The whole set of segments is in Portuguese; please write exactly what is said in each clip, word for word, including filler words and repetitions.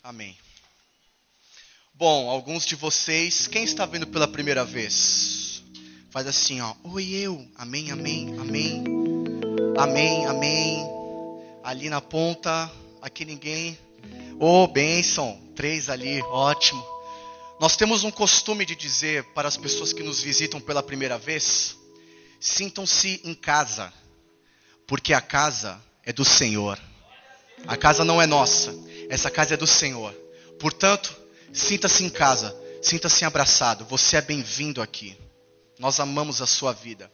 Amém. Bom, alguns de vocês, quem está vindo pela primeira vez? Faz assim, ó. Oi, eu. Amém, amém, amém. Amém, amém. Ali na ponta, aqui ninguém. Ô, oh, bênção. Três ali, ótimo. Nós temos um costume de dizer para as pessoas que nos visitam pela primeira vez: sintam-se em casa, porque a casa é do Senhor. A casa não é nossa, essa casa é do Senhor. Portanto, sinta-se em casa, sinta-se abraçado. Você é bem-vindo aqui. Nós amamos a sua vida.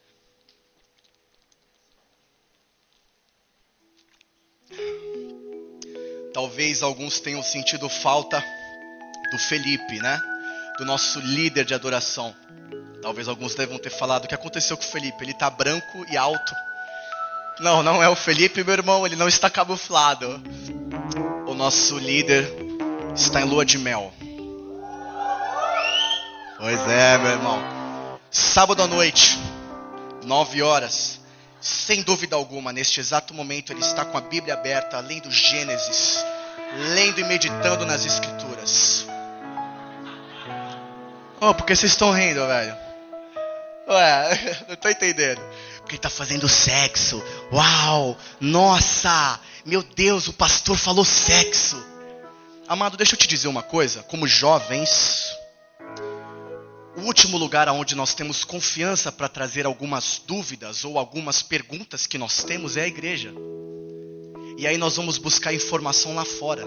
Talvez alguns tenham sentido falta do Felipe, né? Do nosso líder de adoração. Talvez alguns devam ter falado o que aconteceu com o Felipe. Ele está branco e alto. Não, não é o Felipe, meu irmão. Ele não está camuflado. O nosso líder está em lua de mel. Pois é, meu irmão. Sábado à noite, nove horas. Sem dúvida alguma, neste exato momento, ele está com a Bíblia aberta, lendo Gênesis, lendo e meditando nas Escrituras. Oh, por que vocês estão rindo, velho? Ué, não estou entendendo. Porque ele está fazendo sexo. Uau, nossa, meu Deus, o pastor falou sexo. Amado, deixa eu te dizer uma coisa. Como jovens, o último lugar onde nós temos confiança para trazer algumas dúvidas ou algumas perguntas que nós temos é a igreja. E aí nós vamos buscar informação lá fora.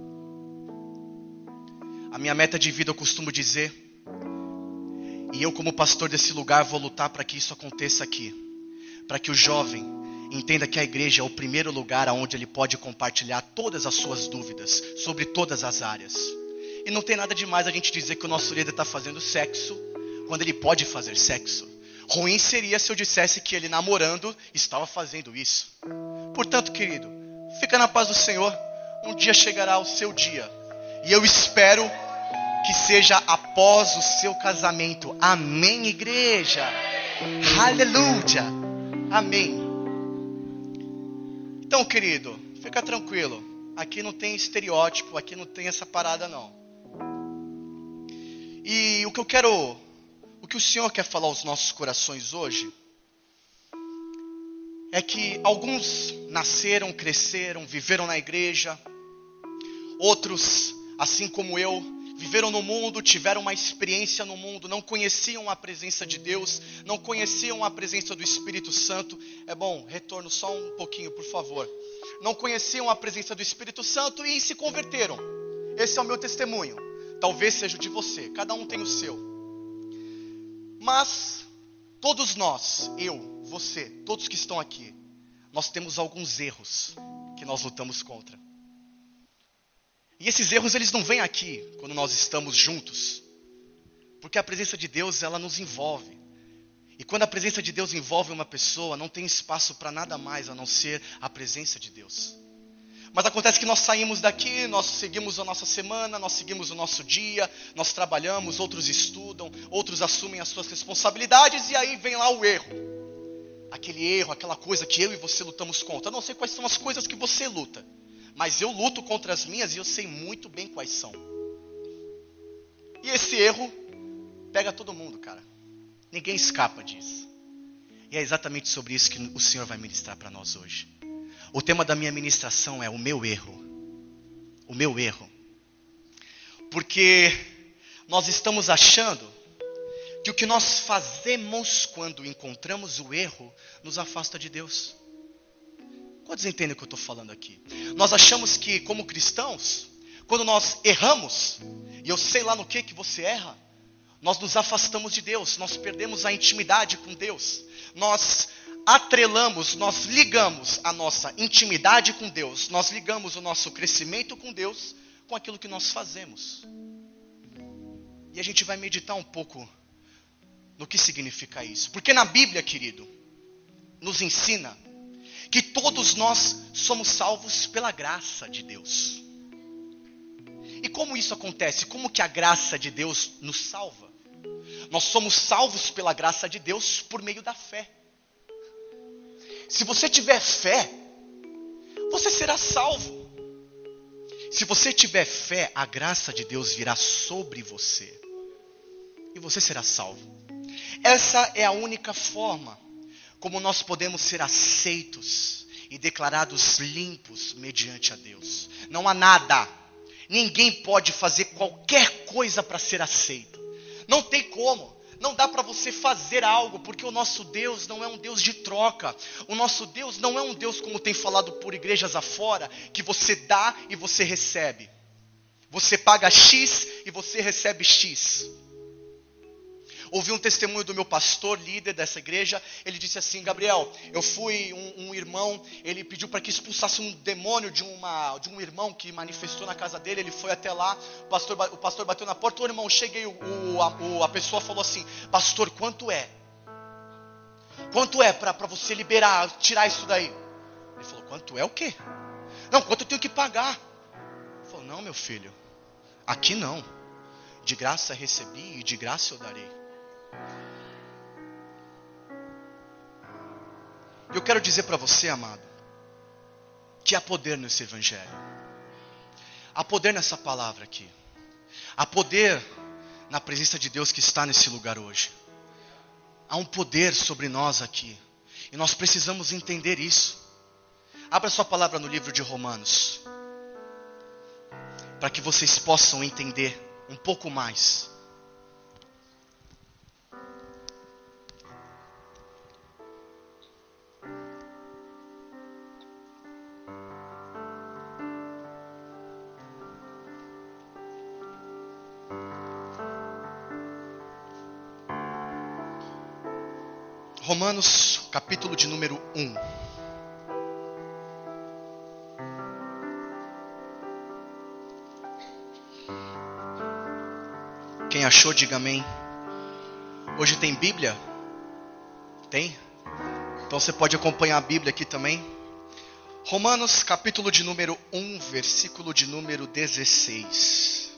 A minha meta de vida, eu costumo dizer, e eu como pastor desse lugar vou lutar para que isso aconteça aqui. Para que o jovem entenda que a igreja é o primeiro lugar onde ele pode compartilhar todas as suas dúvidas sobre todas as áreas. E não tem nada demais a gente dizer que o nosso líder está fazendo sexo quando ele pode fazer sexo. Ruim seria se eu dissesse que ele namorando estava fazendo isso. Portanto, querido, fica na paz do Senhor. Um dia chegará o seu dia. E eu espero que seja após o seu casamento. Amém, igreja? Aleluia. Amém. Então, querido, fica tranquilo. Aqui não tem estereótipo, aqui não tem essa parada não. E o que eu quero, o que o Senhor quer falar aos nossos corações hoje, é que alguns nasceram, cresceram, viveram na igreja. Outros, assim como eu, viveram no mundo, tiveram uma experiência no mundo, não conheciam a presença de Deus, não conheciam a presença do Espírito Santo. É bom, retorno só um pouquinho, por favor. Não conheciam a presença do Espírito Santo e se converteram. Esse é o meu testemunho. Talvez seja o de você, cada um tem o seu. Mas, todos nós, eu, você, todos que estão aqui, nós temos alguns erros que nós lutamos contra. E esses erros, eles não vêm aqui quando nós estamos juntos. Porque a presença de Deus, ela nos envolve. E quando a presença de Deus envolve uma pessoa, não tem espaço para nada mais a não ser a presença de Deus. Mas acontece que nós saímos daqui, nós seguimos a nossa semana, nós seguimos o nosso dia, nós trabalhamos, outros estudam, outros assumem as suas responsabilidades e aí vem lá o erro. Aquele erro, aquela coisa que eu e você lutamos contra. Eu não sei quais são as coisas que você luta. Mas eu luto contra as minhas e eu sei muito bem quais são. E esse erro pega todo mundo, cara. Ninguém escapa disso. E é exatamente sobre isso que o Senhor vai ministrar para nós hoje. O tema da minha ministração é o meu erro. O meu erro. Porque nós estamos achando que o que nós fazemos quando encontramos o erro nos afasta de Deus. Quantos entendem o que eu estou falando aqui? Nós achamos que, como cristãos, quando nós erramos, e eu sei lá no que que você erra, nós nos afastamos de Deus, nós perdemos a intimidade com Deus, nós atrelamos, nós ligamos a nossa intimidade com Deus, nós ligamos o nosso crescimento com Deus com aquilo que nós fazemos. E a gente vai meditar um pouco no que significa isso. Porque na Bíblia, querido, nos ensina que todos nós somos salvos pela graça de Deus. E como isso acontece? Como que a graça de Deus nos salva? Nós somos salvos pela graça de Deus por meio da fé. Se você tiver fé, você será salvo. Se você tiver fé, a graça de Deus virá sobre você. E você será salvo. Essa é a única forma como nós podemos ser aceitos e declarados limpos mediante a Deus. Não há nada, ninguém pode fazer qualquer coisa para ser aceito. Não tem como, não dá para você fazer algo, porque o nosso Deus não é um Deus de troca. O nosso Deus não é um Deus, como tem falado por igrejas afora, que você dá e você recebe. Você paga X e você recebe X. Ouvi um testemunho do meu pastor, líder dessa igreja. Ele disse assim: Gabriel, eu fui um, um irmão, ele pediu para que expulsasse um demônio de, uma, de um irmão que manifestou na casa dele. Ele foi até lá, o pastor, o pastor bateu na porta. Ô irmão, cheguei, o, o, a, o, a pessoa falou assim: pastor, quanto é? Quanto é para você liberar, tirar isso daí? Ele falou: quanto é o quê? Não, quanto eu tenho que pagar? Ele falou: não, meu filho, aqui não. De graça recebi e de graça eu darei. Eu quero dizer para você, amado, que há poder nesse evangelho. Há poder nessa palavra aqui. Há poder na presença de Deus que está nesse lugar hoje. Há um poder sobre nós aqui. E nós precisamos entender isso. Abra sua palavra no livro de Romanos, para que vocês possam entender um pouco mais. Romanos, capítulo de número um. Quem achou, diga amém. Hoje tem Bíblia? Tem? Então você pode acompanhar a Bíblia aqui também. Romanos, capítulo de número um, versículo de número dezesseis.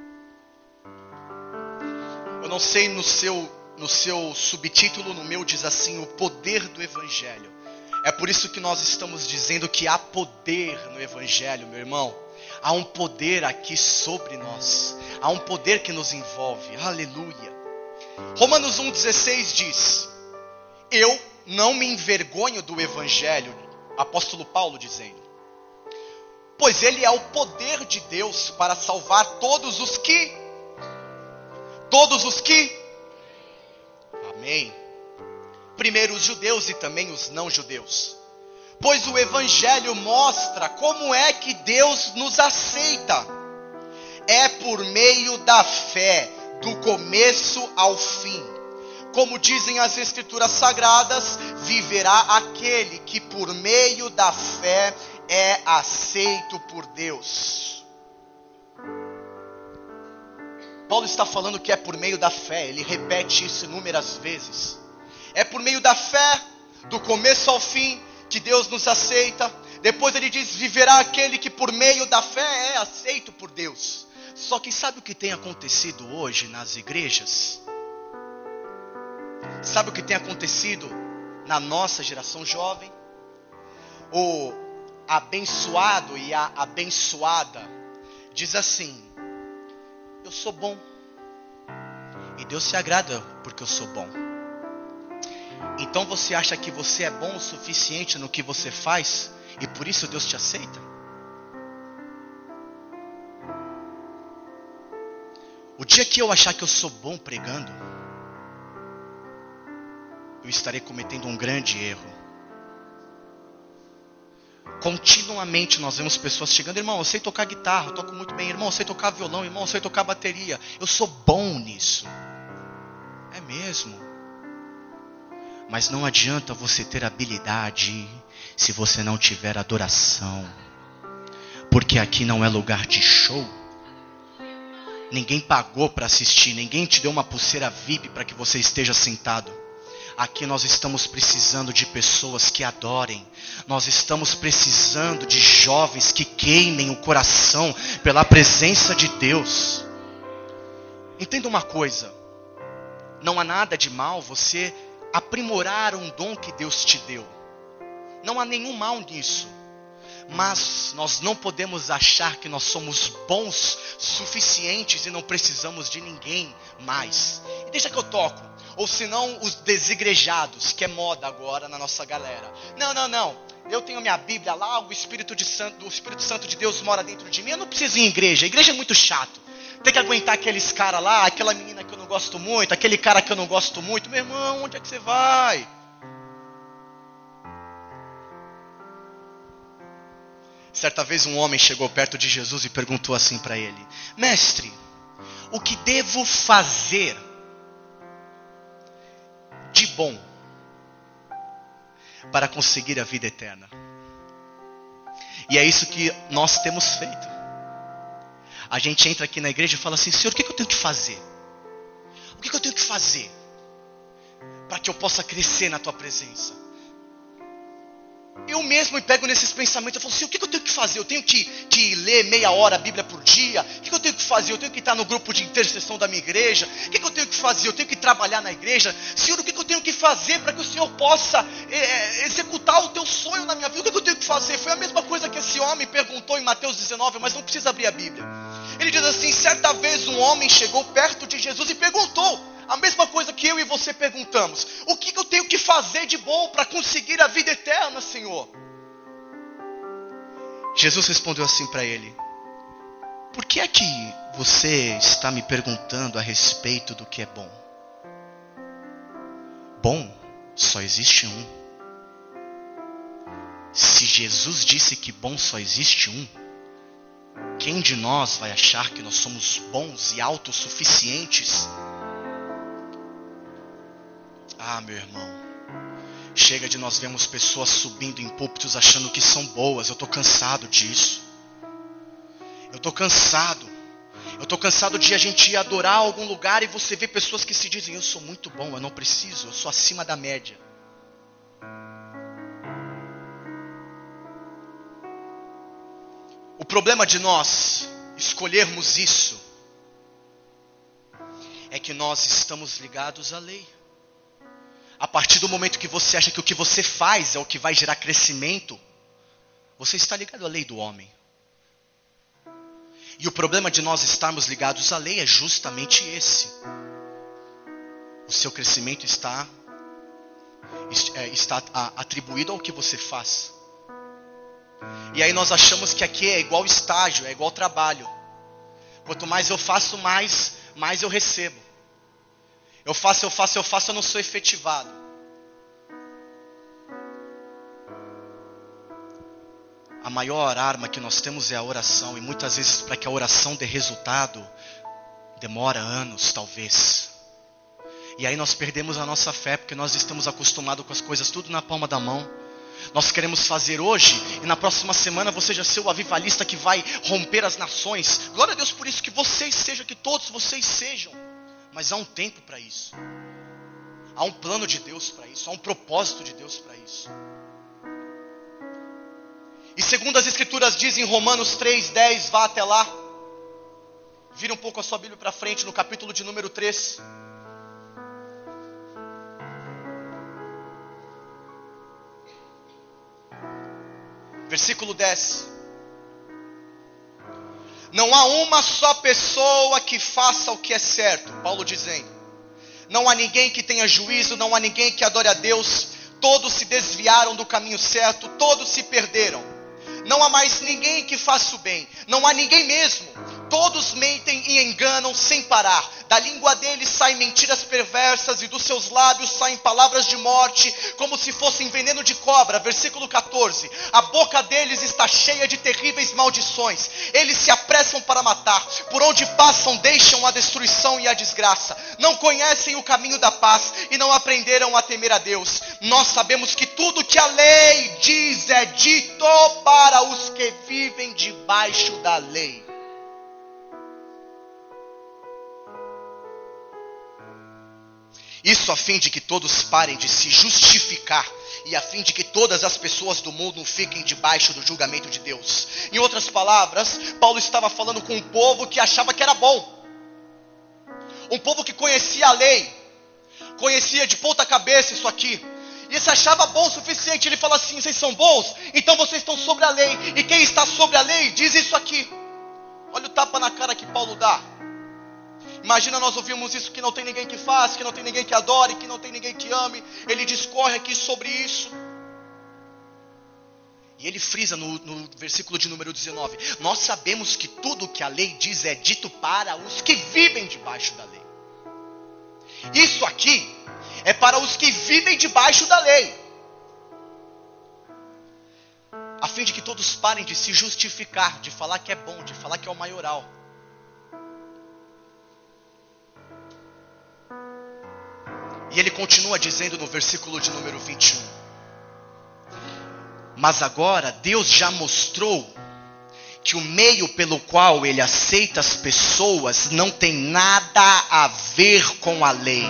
Eu não sei no seu... No seu subtítulo, no meu diz assim: o poder do Evangelho. É por isso que nós estamos dizendo que há poder no Evangelho, meu irmão. Há um poder aqui sobre nós. Há um poder que nos envolve. Aleluia. Romanos um, dezesseis diz: eu não me envergonho do Evangelho. Apóstolo Paulo dizendo: pois ele é o poder de Deus para salvar todos os que... Todos os que... Amém. Primeiro os judeus e também os não judeus. Pois o Evangelho mostra como é que Deus nos aceita. É por meio da fé, do começo ao fim. Como dizem as Escrituras Sagradas, viverá aquele que por meio da fé é aceito por Deus. Paulo está falando que é por meio da fé. Ele repete isso inúmeras vezes. É por meio da fé, do começo ao fim, que Deus nos aceita. Depois ele diz: viverá aquele que por meio da fé é aceito por Deus. Só que sabe o que tem acontecido hoje nas igrejas? Sabe o que tem acontecido na nossa geração jovem? O abençoado e a abençoada diz assim: eu sou bom, e Deus se agrada porque eu sou bom. Então você acha que você é bom o suficiente no que você faz, e por isso Deus te aceita? O dia que eu achar que eu sou bom pregando, eu estarei cometendo um grande erro. Continuamente nós vemos pessoas chegando: irmão, eu sei tocar guitarra, eu toco muito bem. Irmão, eu sei tocar violão. Irmão, eu sei tocar bateria. Eu sou bom nisso. É mesmo. Mas não adianta você ter habilidade se você não tiver adoração. Porque aqui não é lugar de show. Ninguém pagou para assistir. Ninguém te deu uma pulseira V I P para que você esteja sentado. Aqui nós estamos precisando de pessoas que adorem. Nós estamos precisando de jovens que queimem o coração pela presença de Deus. Entenda uma coisa: não há nada de mal você aprimorar um dom que Deus te deu. Não há nenhum mal nisso. Mas nós não podemos achar que nós somos bons suficientes e não precisamos de ninguém mais. E deixa que eu toco. Ou senão os desigrejados, que é moda agora na nossa galera. Não, não, não. Eu tenho minha Bíblia lá, o Espírito, de Santo, o Espírito Santo de Deus mora dentro de mim. Eu não preciso ir em igreja. A igreja é muito chato. Tem que aguentar aqueles caras lá, aquela menina que eu não gosto muito, aquele cara que eu não gosto muito. Meu irmão, onde é que você vai? Certa vez um homem chegou perto de Jesus e perguntou assim para ele: Mestre, o que devo fazer de bom para conseguir a vida eterna? E é isso que nós temos feito. A gente entra aqui na igreja e fala assim: Senhor, o que eu tenho que fazer? O que eu tenho que fazer para que eu possa crescer na tua presença? Eu mesmo me pego nesses pensamentos. Eu falo assim: o que eu tenho que fazer? Eu tenho que, que ler meia hora a Bíblia por dia? O que eu tenho que fazer? Eu tenho que estar no grupo de intercessão da minha igreja? O que eu tenho que fazer? Eu tenho que trabalhar na igreja? Senhor, o que eu tenho que fazer para que o Senhor possa é, executar o teu sonho na minha vida? O que eu tenho que fazer? Foi a mesma coisa que esse homem perguntou em Mateus dezenove, mas não precisa abrir a Bíblia. Ele diz assim: certa vez um homem chegou perto de Jesus e perguntou a mesma coisa que eu e você perguntamos: o que eu tenho que fazer de bom para conseguir a vida eterna, Senhor? Jesus respondeu assim para ele: por que é que você está me perguntando a respeito do que é bom? Bom só existe um. Se Jesus disse que bom só existe um, quem de nós vai achar que nós somos bons e autossuficientes? Ah, meu irmão, chega de nós vermos pessoas subindo em púlpitos achando que são boas. Eu estou cansado disso. Eu estou cansado. Eu estou cansado de a gente ir adorar algum lugar e você vê pessoas que se dizem: eu sou muito bom, eu não preciso, eu sou acima da média. O problema de nós escolhermos isso é que nós estamos ligados à lei. A partir do momento que você acha que o que você faz é o que vai gerar crescimento, você está ligado à lei do homem. E o problema de nós estarmos ligados à lei é justamente esse. O seu crescimento está, está atribuído ao que você faz. E aí nós achamos que aqui é igual estágio, é igual trabalho. Quanto mais eu faço, mais, mais eu recebo. Eu faço, eu faço, eu faço, eu não sou efetivado. A maior arma que nós temos é a oração. E muitas vezes, para que a oração dê resultado, demora anos, talvez. E aí nós perdemos a nossa fé, porque nós estamos acostumados com as coisas tudo na palma da mão. Nós queremos fazer hoje, e na próxima semana você já ser o avivalista que vai romper as nações. Glória a Deus por isso, que vocês sejam, que todos vocês sejam. Mas há um tempo para isso. Há um plano de Deus para isso. Há um propósito de Deus para isso. E segundo as Escrituras dizem em Romanos três, dez, vá até lá. Vira um pouco a sua Bíblia para frente, no capítulo de número três. Versículo dez. Não há uma só pessoa que faça o que é certo. Paulo dizendo: não há ninguém que tenha juízo, não há ninguém que adore a Deus. Todos se desviaram do caminho certo, todos se perderam. Não há mais ninguém que faça o bem, não há ninguém mesmo. Todos mentem e enganam sem parar. Da língua deles saem mentiras perversas e dos seus lábios saem palavras de morte, como se fossem veneno de cobra. Versículo catorze. A boca deles está cheia de terríveis maldições. Eles se apressam para matar. Por onde passam deixam a destruição e a desgraça. Não conhecem o caminho da paz e não aprenderam a temer a Deus. Nós sabemos que tudo que a lei diz é dito para os que vivem debaixo da lei. Isso a fim de que todos parem de se justificar e a fim de que todas as pessoas do mundo fiquem debaixo do julgamento de Deus. Em outras palavras, Paulo estava falando com um povo que achava que era bom. Um povo que conhecia a lei, conhecia de ponta cabeça isso aqui. E se achava bom o suficiente. Ele fala assim: vocês são bons? Então vocês estão sobre a lei. E quem está sobre a lei diz isso aqui. Olha o tapa na cara que Paulo dá. Imagina nós ouvimos isso, que não tem ninguém que faça, que não tem ninguém que adore, que não tem ninguém que ame. Ele discorre aqui sobre isso. E ele frisa no, no versículo de número dezenove: nós sabemos que tudo o que a lei diz é dito para os que vivem debaixo da lei. Isso aqui é para os que vivem debaixo da lei, a fim de que todos parem de se justificar, de falar que é bom, de falar que é o maioral. E ele continua dizendo no versículo de número vinte e um: mas agora Deus já mostrou que o meio pelo qual ele aceita as pessoas não tem nada a ver com a lei.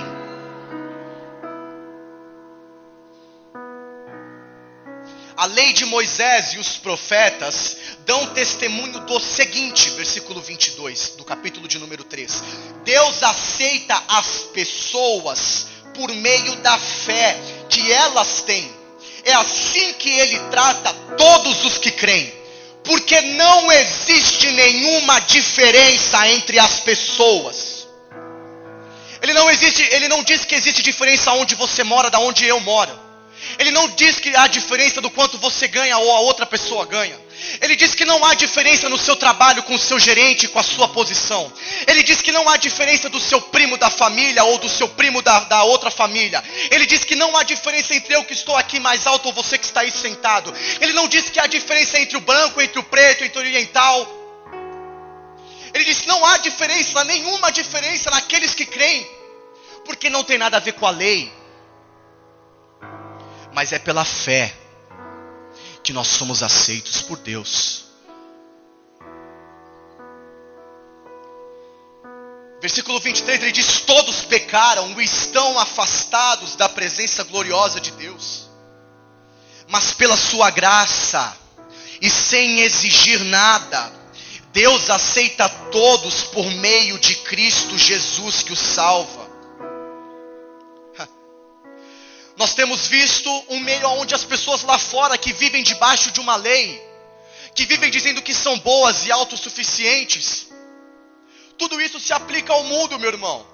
A lei de Moisés e os profetas dão testemunho do seguinte, versículo vinte e dois, do capítulo de número três. Deus aceita as pessoas por meio da fé que elas têm. É assim que ele trata todos os que creem. Porque não existe nenhuma diferença entre as pessoas. Ele não existe, ele não diz que existe diferença onde você mora, da onde eu moro. Ele não diz que há diferença do quanto você ganha ou a outra pessoa ganha. Ele diz que não há diferença no seu trabalho com o seu gerente, com a sua posição. Ele diz que não há diferença do seu primo da família ou do seu primo da, da outra família. Ele diz que não há diferença entre eu que estou aqui mais alto ou você que está aí sentado. Ele não diz que há diferença entre o branco, entre o preto, entre o oriental. Ele diz que não há diferença, nenhuma diferença naqueles que creem. Porque não tem nada a ver com a lei. Mas é pela fé que nós somos aceitos por Deus. Versículo vinte e três, ele diz: todos pecaram e estão afastados da presença gloriosa de Deus. Mas pela sua graça e sem exigir nada, Deus aceita todos por meio de Cristo Jesus que os salva. Nós temos visto um meio onde as pessoas lá fora que vivem debaixo de uma lei, que vivem dizendo que são boas e autossuficientes. Tudo isso se aplica ao mundo, meu irmão.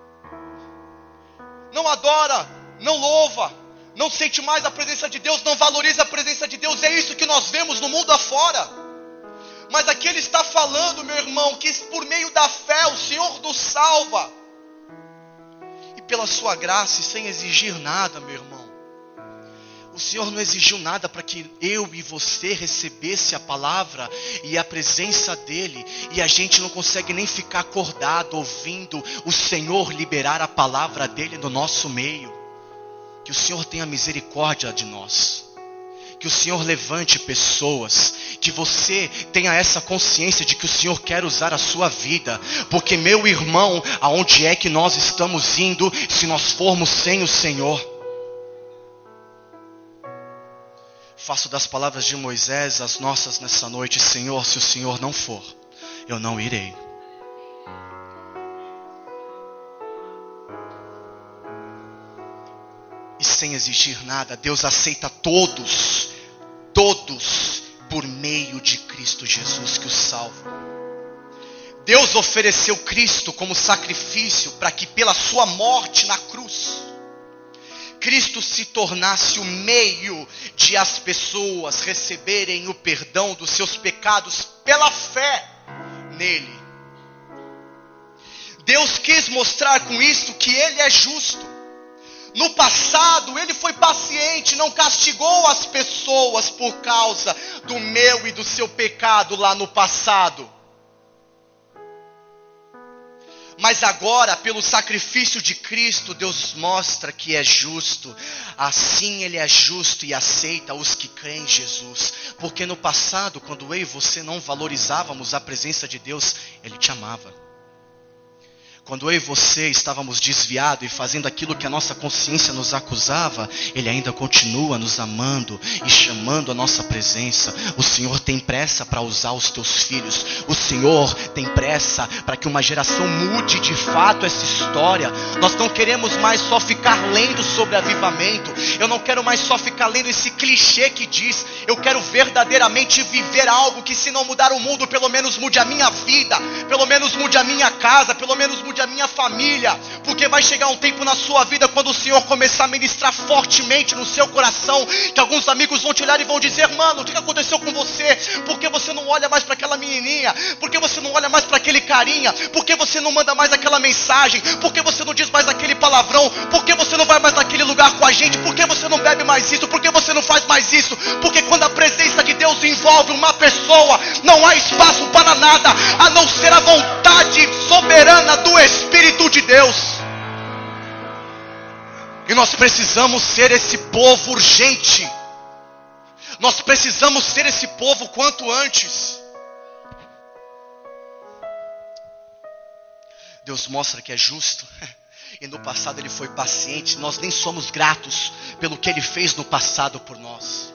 Não adora, não louva, não sente mais a presença de Deus, não valoriza a presença de Deus. É isso que nós vemos no mundo afora. Mas aqui ele está falando, meu irmão, que por meio da fé o Senhor nos salva. Pela sua graça e sem exigir nada, meu irmão. O Senhor não exigiu nada para que eu e você recebesse a palavra e a presença dEle. E a gente não consegue nem ficar acordado ouvindo o Senhor liberar a palavra dEle no nosso meio. Que o Senhor tenha misericórdia de nós. Que o Senhor levante pessoas, que você tenha essa consciência de que o Senhor quer usar a sua vida. Porque, meu irmão, aonde é que nós estamos indo se nós formos sem o Senhor? Faço das palavras de Moisés as nossas nessa noite: Senhor, se o Senhor não for, eu não irei. E sem exigir nada, Deus aceita todos, todos, por meio de Cristo Jesus que os salva. Deus ofereceu Cristo como sacrifício para que pela sua morte na cruz, Cristo se tornasse o meio de as pessoas receberem o perdão dos seus pecados pela fé nele. Deus quis mostrar com isso que Ele é justo. No passado, Ele foi paciente, não castigou as pessoas por causa do meu e do seu pecado lá no passado. Mas agora, pelo sacrifício de Cristo, Deus mostra que é justo. Assim Ele é justo e aceita os que creem em Jesus. Porque no passado, quando eu e você não valorizávamos a presença de Deus, Ele te amava. Quando eu e você estávamos desviados e fazendo aquilo que a nossa consciência nos acusava, Ele ainda continua nos amando e chamando a nossa presença. O Senhor tem pressa para usar os teus filhos. O Senhor tem pressa para que uma geração mude de fato essa história. Nós não queremos mais só ficar lendo sobre avivamento. Eu não quero mais só ficar lendo esse clichê que diz. Eu quero verdadeiramente viver algo que, se não mudar o mundo, pelo menos mude a minha vida, pelo menos mude a minha casa, pelo menos mude a minha família. Porque vai chegar um tempo na sua vida, quando o Senhor começar a ministrar fortemente no seu coração, que alguns amigos vão te olhar e vão dizer: mano, o que aconteceu com você? Por que você não olha mais para aquela menininha? Por que você não olha mais para aquele carinha? Por que você não manda mais aquela mensagem? Por que você não diz mais aquele palavrão? Por que você não vai mais naquele lugar com a gente? Por que você não bebe mais isso? Por que você não faz mais isso? Porque quando a presença de Deus envolve uma pessoa, não há espaço para nada, a não ser a vontade soberana do Espírito de Deus. E nós precisamos ser esse povo urgente. Nós precisamos ser esse povo quanto antes. Deus mostra que é justo. E no passado Ele foi paciente. Nós nem somos gratos pelo que Ele fez no passado por nós.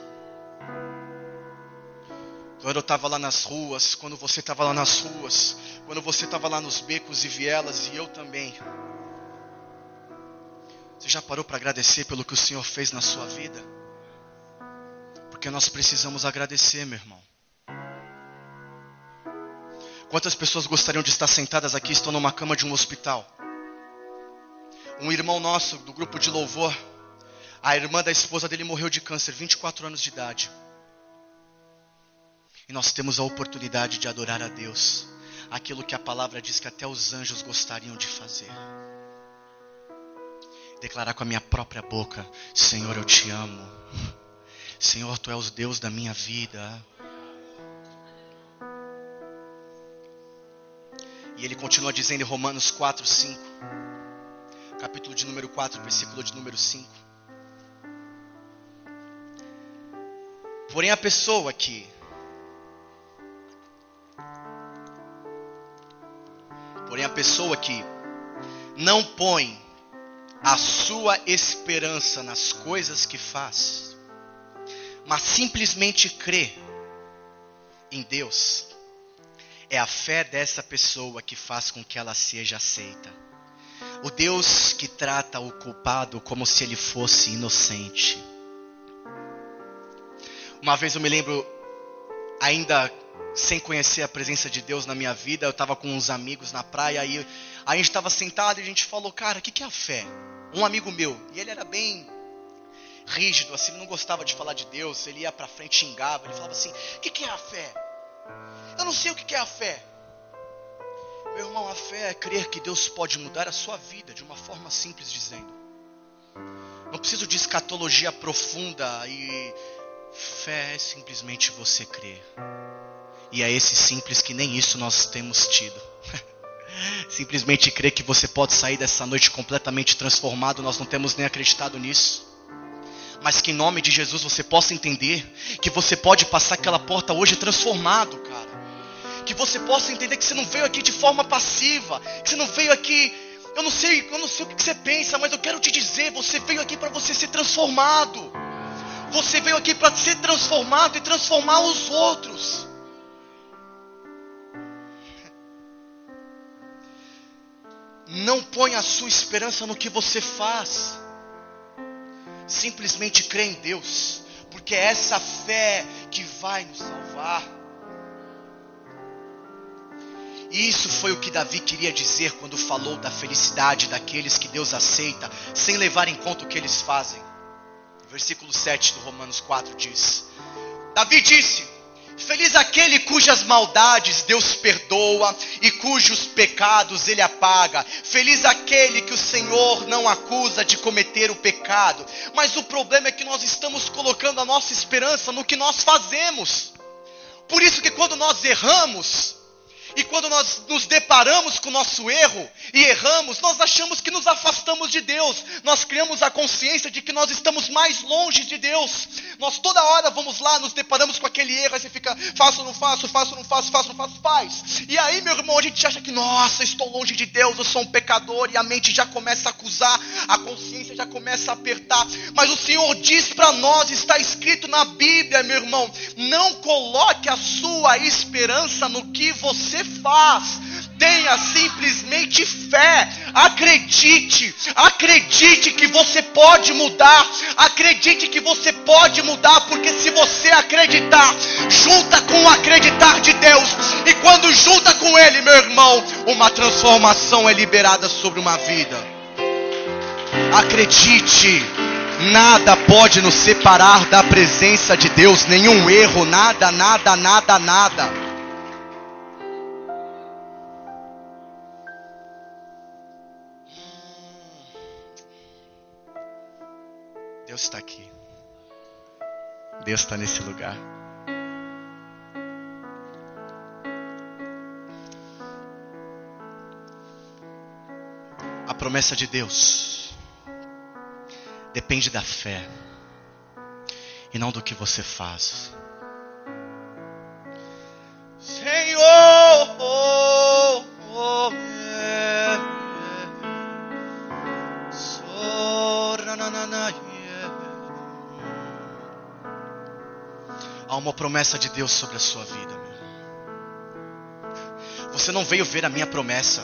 Quando eu estava lá nas ruas, quando você estava lá nas ruas, quando você estava lá nos becos e vielas, e eu também. Você já parou para agradecer pelo que o Senhor fez na sua vida? Porque nós precisamos agradecer, meu irmão. Quantas pessoas gostariam de estar sentadas aqui, estão numa cama de um hospital? Um irmão nosso do grupo de louvor, a irmã da esposa dele morreu de câncer, vinte e quatro anos de idade. E nós temos a oportunidade de adorar a Deus, aquilo que a palavra diz que até os anjos gostariam de fazer. Declarar com a minha própria boca: Senhor, eu te amo. Senhor, Tu és o Deus da minha vida. E ele continua dizendo em Romanos quatro, cinco, capítulo de número quatro, versículo de número cinco. Porém a pessoa que Porém a pessoa que não põe a sua esperança nas coisas que faz, mas simplesmente crê em Deus, é a fé dessa pessoa que faz com que ela seja aceita. O Deus que trata o culpado como se ele fosse inocente. Uma vez eu me lembro, ainda sem conhecer a presença de Deus na minha vida, eu estava com uns amigos na praia, aí, aí a gente estava sentado e a gente falou: cara, o que, que é a fé? Um amigo meu, e ele era bem rígido, assim, não gostava de falar de Deus, ele ia pra frente, xingava, ele falava assim: o que, que é a fé? Eu não sei o que, que é a fé. Meu irmão, a fé é crer que Deus pode mudar a sua vida, de uma forma simples dizendo. Não preciso de escatologia profunda, e fé é simplesmente você crer. E é esse simples que nem isso nós temos tido. Simplesmente crer que você pode sair dessa noite completamente transformado, nós não temos nem acreditado nisso. Mas que em nome de Jesus você possa entender que você pode passar aquela porta hoje transformado, cara. Que você possa entender que você não veio aqui de forma passiva, que você não veio aqui, eu não sei, eu não sei o que você pensa, mas eu quero te dizer, você veio aqui para você ser transformado. Você veio aqui para ser transformado e transformar os outros. Não ponha a sua esperança no que você faz. Simplesmente crê em Deus, porque é essa fé que vai nos salvar. E isso foi o que Davi queria dizer quando falou da felicidade daqueles que Deus aceita, sem levar em conta o que eles fazem. Versículo sete do Romanos quatro diz: Davi disse: feliz aquele cujas maldades Deus perdoa e cujos pecados Ele apaga. Feliz aquele que o Senhor não acusa de cometer o pecado. Mas o problema é que nós estamos colocando a nossa esperança no que nós fazemos. Por isso que quando nós erramos, E quando nós nos deparamos com o nosso erro e erramos, nós achamos que nos afastamos de Deus. Nós criamos a consciência de que nós estamos mais longe de Deus. Nós toda hora vamos lá, nos deparamos com aquele erro, aí você fica, faço ou não faço, faço ou não faço, faço ou não faço, faz. E aí, meu irmão, a gente acha que, nossa, estou longe de Deus, eu sou um pecador, e a mente já começa a acusar, a consciência já começa a apertar. Mas o Senhor diz para nós, está escrito na Bíblia, meu irmão, não coloque a sua esperança no que você faz, tenha simplesmente fé, acredite, acredite que você pode mudar, acredite que você pode mudar, porque se você acreditar, junta com o acreditar de Deus, e quando junta com Ele, meu irmão, uma transformação é liberada sobre uma vida. Acredite, nada pode nos separar da presença de Deus, nenhum erro, nada, nada, nada, nada. Deus está aqui. Deus está nesse lugar. A promessa de Deus depende da fé e não do que você faz. Senhor, oh, oh, yeah, yeah. So, na, na, na, na, yeah. Há uma promessa de Deus sobre a sua vida, meu. Você não veio ver a minha promessa.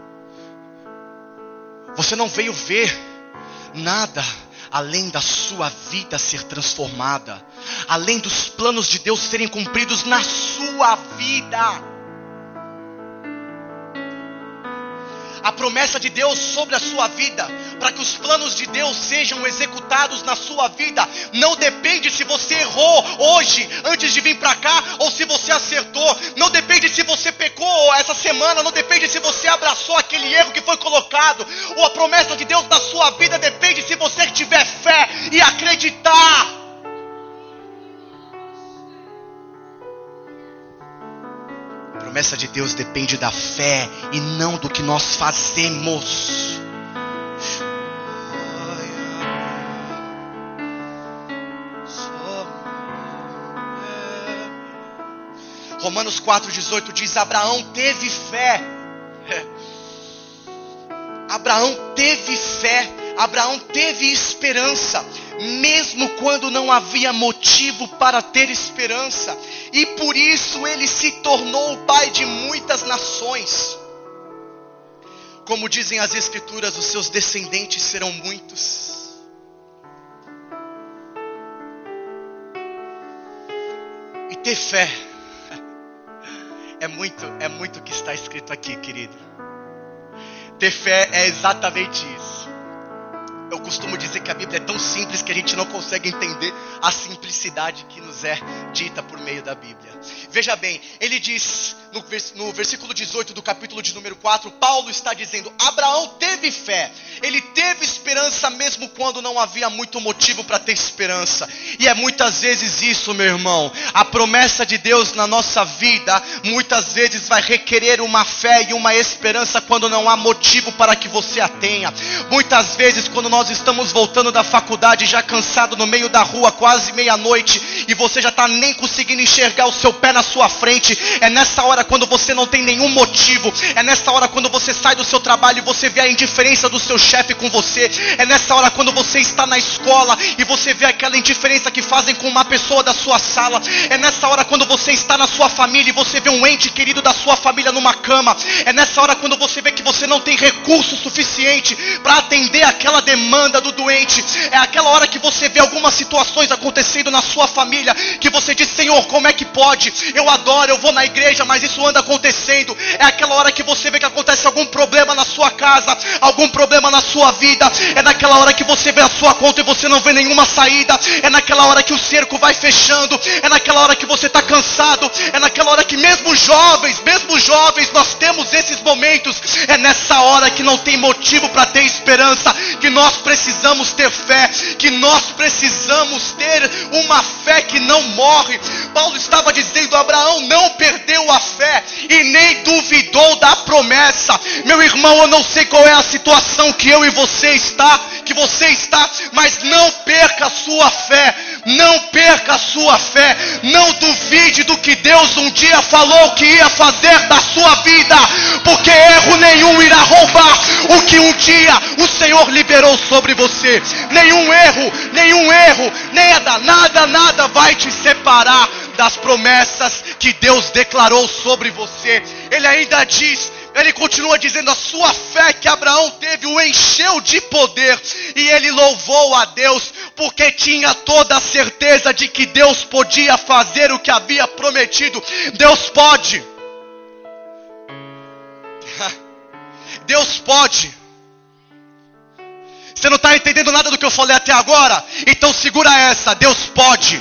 Você não veio ver nada além da sua vida ser transformada, além dos planos de Deus serem cumpridos na sua vida. A promessa de Deus sobre a sua vida, para que os planos de Deus sejam executados na sua vida, não depende se você errou hoje, antes de vir para cá, ou se você acertou. Não depende se você pecou essa semana, não depende se você abraçou aquele erro que foi colocado. Ou a promessa de Deus na sua vida depende se você tiver fé e acreditar. A promessa de Deus depende da fé e não do que nós fazemos. Romanos quatro, dezoito diz: Abraão teve fé. Abraão teve fé. Abraão teve esperança, mesmo quando não havia motivo para ter esperança. E por isso ele se tornou o pai de muitas nações. Como dizem as Escrituras, os seus descendentes serão muitos. E ter fé é muito, é muito o que está escrito aqui, querido. Ter fé é exatamente isso. Eu costumo dizer que a Bíblia é tão simples que a gente não consegue entender a simplicidade que nos é dita por meio da Bíblia. Veja bem, ele diz no, vers- no versículo dezoito do capítulo de número quatro, Paulo está dizendo: Abraão teve fé, ele teve esperança mesmo quando não havia muito motivo para ter esperança. E é muitas vezes isso, meu irmão, a promessa de Deus na nossa vida muitas vezes vai requerer uma fé e uma esperança quando não há motivo para que você a tenha. Muitas vezes quando nós estamos voltando da faculdade já cansado no meio da rua, quase meia-noite, e você já está nem conseguindo enxergar o seu pé na sua frente, é nessa hora quando você não tem nenhum motivo, é nessa hora quando você sai do seu trabalho e você vê a indiferença do seu chefe com você, é nessa hora quando você está na escola e você vê aquela indiferença que fazem com uma pessoa da sua sala, é nessa hora quando você está na sua família e você vê um ente querido da sua família numa cama, é nessa hora quando você vê que você não tem recurso suficiente para atender aquela demanda do doente, é aquela hora que você vê algumas situações acontecendo na sua família, que você diz: Senhor, como é que pode? Eu adoro, eu vou na igreja, mas isso anda acontecendo. É aquela hora que você vê que acontece algum problema na sua casa, algum problema na sua vida, é naquela hora que você vê a sua conta e você não vê nenhuma saída, é naquela hora que o cerco vai fechando, é naquela hora que você está cansado, é naquela hora que mesmo jovens, mesmo jovens, nós temos esses momentos, é nessa hora que não tem motivo para ter esperança, que nós nós precisamos ter fé, que nós precisamos ter uma fé que não morre. Paulo estava dizendo: Abraão não perdeu a fé e nem duvidou da promessa. Meu irmão, eu não sei qual é a situação que eu e você está, que você está, mas não perca a sua fé, não perca a sua fé, não duvide do que Deus um dia falou que ia fazer da sua vida, porque erro nenhum irá roubar o que um dia o Senhor liberou sobre você. Nenhum erro, nenhum erro, nada, nada, nada vai te separar das promessas que Deus declarou sobre você. Ele ainda diz, ele continua dizendo: a sua fé que Abraão teve o encheu de poder, e ele louvou a Deus, porque tinha toda a certeza de que Deus podia fazer o que havia prometido. Deus pode. Deus pode. Você não está entendendo nada do que eu falei até agora? Então segura essa: Deus pode.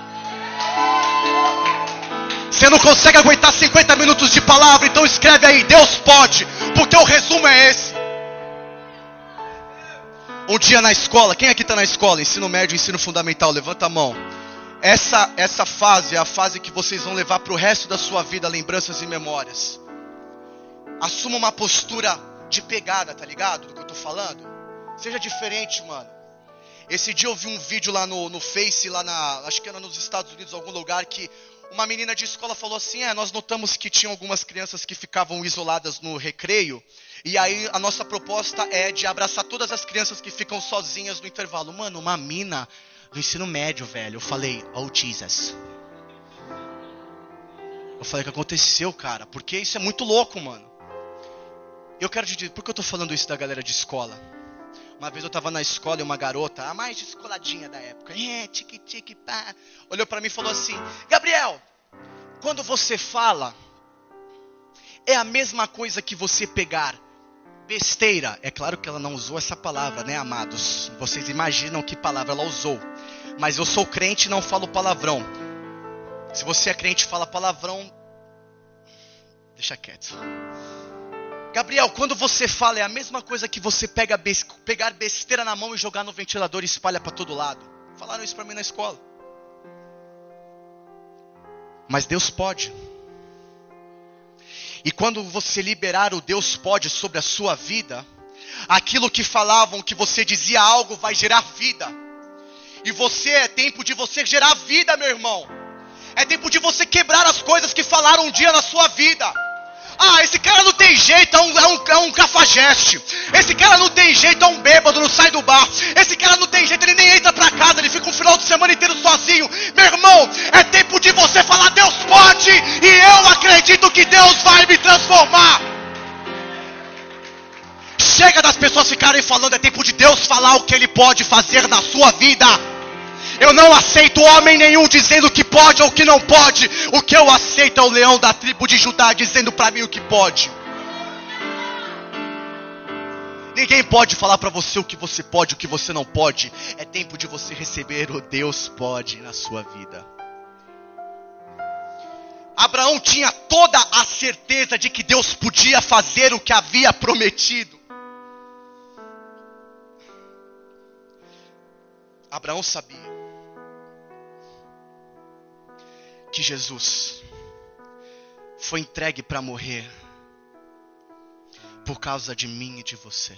Você não consegue aguentar cinquenta minutos de palavra? Então escreve aí: Deus pode, porque o resumo é esse. Um dia na escola, quem aqui está na escola? Ensino médio, ensino fundamental, levanta a mão. Essa, essa fase é a fase que vocês vão levar para o resto da sua vida, lembranças e memórias. Assuma uma postura de pegada, tá ligado? Do que eu estou falando. Seja diferente, mano. Esse dia eu vi um vídeo lá no, no Face, lá na, acho que era nos Estados Unidos, algum lugar, que uma menina de escola falou assim: é, nós notamos que tinha algumas crianças que ficavam isoladas no recreio, e aí a nossa proposta é de abraçar todas as crianças que ficam sozinhas no intervalo. Mano, uma mina do ensino médio, velho. Eu falei: oh Jesus. Eu falei: o que aconteceu, cara? Porque isso é muito louco, mano. Eu quero te dizer, por que eu tô falando isso da galera de escola? Uma vez eu tava na escola e uma garota, a mais descoladinha da época, é, tique, tique, pá, olhou pra mim e falou assim: Gabriel, quando você fala, é a mesma coisa que você pegar besteira. É claro que ela não usou essa palavra, né, amados? Vocês imaginam que palavra ela usou. Mas eu sou crente e não falo palavrão. Se você é crente e fala palavrão, deixa quieto. Gabriel, quando você fala, é a mesma coisa que você pega bes- pegar besteira na mão e jogar no ventilador e espalha para todo lado. Falaram isso para mim na escola. Mas Deus pode. E quando você liberar o Deus pode sobre a sua vida, aquilo que falavam que você dizia algo vai gerar vida. E você, é tempo de você gerar vida, meu irmão. É tempo de você quebrar as coisas que falaram um dia na sua vida. Ah, esse cara não tem jeito, é um, é, um, é um cafajeste. Esse cara não tem jeito, é um bêbado, não sai do bar. Esse cara não tem jeito, ele nem entra pra casa, ele fica um final de semana inteiro sozinho. Meu irmão, é tempo de você falar: Deus pode, e eu acredito que Deus vai me transformar. Chega das pessoas ficarem falando, é tempo de Deus falar o que Ele pode fazer na sua vida. Eu não aceito homem nenhum dizendo que pode ou que não pode. O que eu aceito é o leão da tribo de Judá dizendo para mim o que pode. Ninguém pode falar para você o que você pode, o que você não pode. É tempo de você receber o Deus pode na sua vida. Abraão tinha toda a certeza de que Deus podia fazer o que havia prometido. Abraão sabia que Jesus foi entregue para morrer por causa de mim e de você.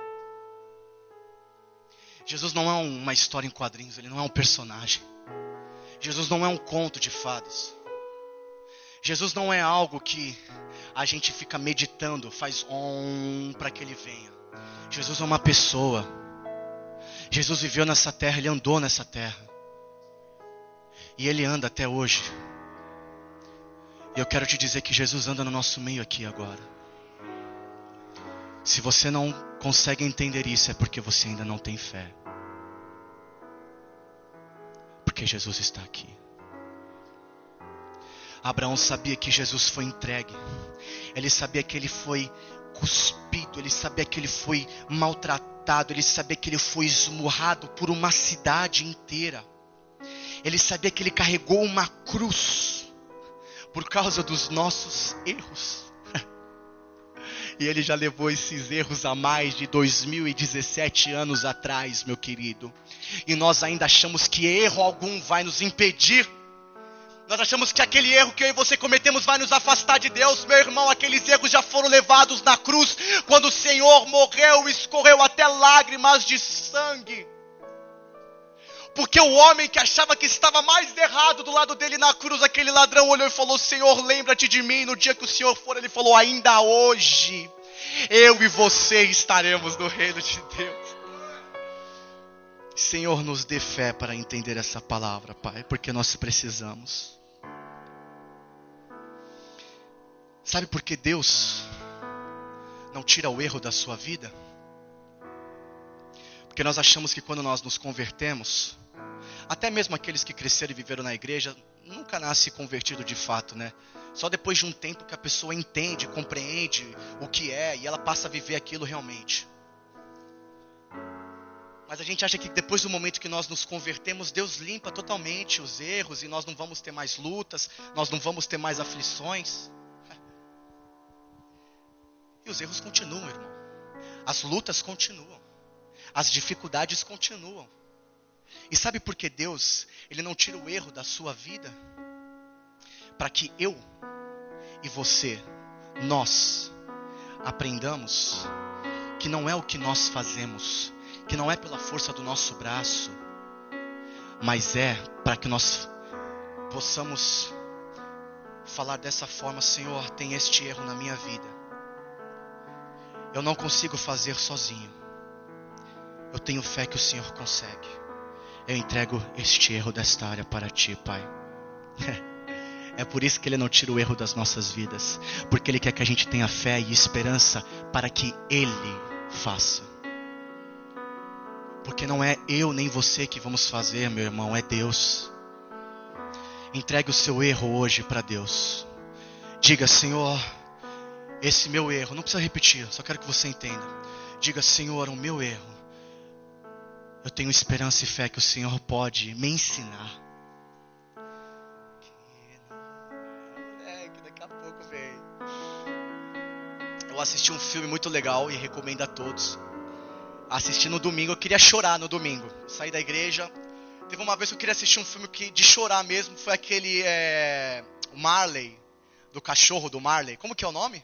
Jesus não é uma história em quadrinhos, Ele não é um personagem. Jesus não é um conto de fadas. Jesus não é algo que a gente fica meditando, faz om para que Ele venha. Jesus é uma pessoa. Jesus viveu nessa terra, Ele andou nessa terra. E Ele anda até hoje. E eu quero te dizer que Jesus anda no nosso meio aqui agora. Se você não consegue entender isso, é porque você ainda não tem fé. Porque Jesus está aqui. Abraão sabia que Jesus foi entregue. Ele sabia que ele foi cuspido. Ele sabia que ele foi maltratado. Ele sabia que ele foi esmurrado por uma cidade inteira. Ele sabia que ele carregou uma cruz por causa dos nossos erros. E ele já levou esses erros há mais de dois mil e dezessete anos atrás, meu querido. E nós ainda achamos que erro algum vai nos impedir. Nós achamos que aquele erro que eu e você cometemos vai nos afastar de Deus. Meu irmão, aqueles erros já foram levados na cruz. Quando o Senhor morreu, escorreu até lágrimas de sangue. Porque o homem que achava que estava mais errado do lado dele na cruz, aquele ladrão olhou e falou: Senhor, lembra-te de mim. No dia que o Senhor for, ele falou: ainda hoje, eu e você estaremos no reino de Deus. Senhor, nos dê fé para entender essa palavra, Pai, porque nós precisamos. Sabe por que Deus não tira o erro da sua vida? Porque nós achamos que quando nós nos convertemos, até mesmo aqueles que cresceram e viveram na igreja, nunca nasce convertido de fato, né? Só depois de um tempo que a pessoa entende, compreende o que é e ela passa a viver aquilo realmente. Mas a gente acha que depois do momento que nós nos convertemos, Deus limpa totalmente os erros e nós não vamos ter mais lutas, nós não vamos ter mais aflições. E os erros continuam, irmão. As lutas continuam. As dificuldades continuam. E sabe por que Deus, Ele não tira o erro da sua vida? Para que eu e você, nós, aprendamos que não é o que nós fazemos, que não é pela força do nosso braço, mas é para que nós possamos falar dessa forma: Senhor, tem este erro na minha vida. Eu não consigo fazer sozinho. Eu tenho fé que o Senhor consegue. Eu entrego este erro desta área para Ti, Pai. É por isso que Ele não tira o erro das nossas vidas. Porque Ele quer que a gente tenha fé e esperança para que Ele faça. Porque não é eu nem você que vamos fazer, meu irmão, é Deus. Entregue o seu erro hoje para Deus. Diga: Senhor, esse meu erro, não precisa repetir, só quero que você entenda. Diga: Senhor, o meu erro, eu tenho esperança e fé que o Senhor pode me ensinar. É, que daqui a pouco vem. Eu assisti um filme muito legal e recomendo a todos. Assisti no domingo, eu queria chorar no domingo. Saí da igreja. Teve uma vez que eu queria assistir um filme que, de chorar mesmo. Foi aquele é, Marley, do cachorro do Marley. Como que é o nome?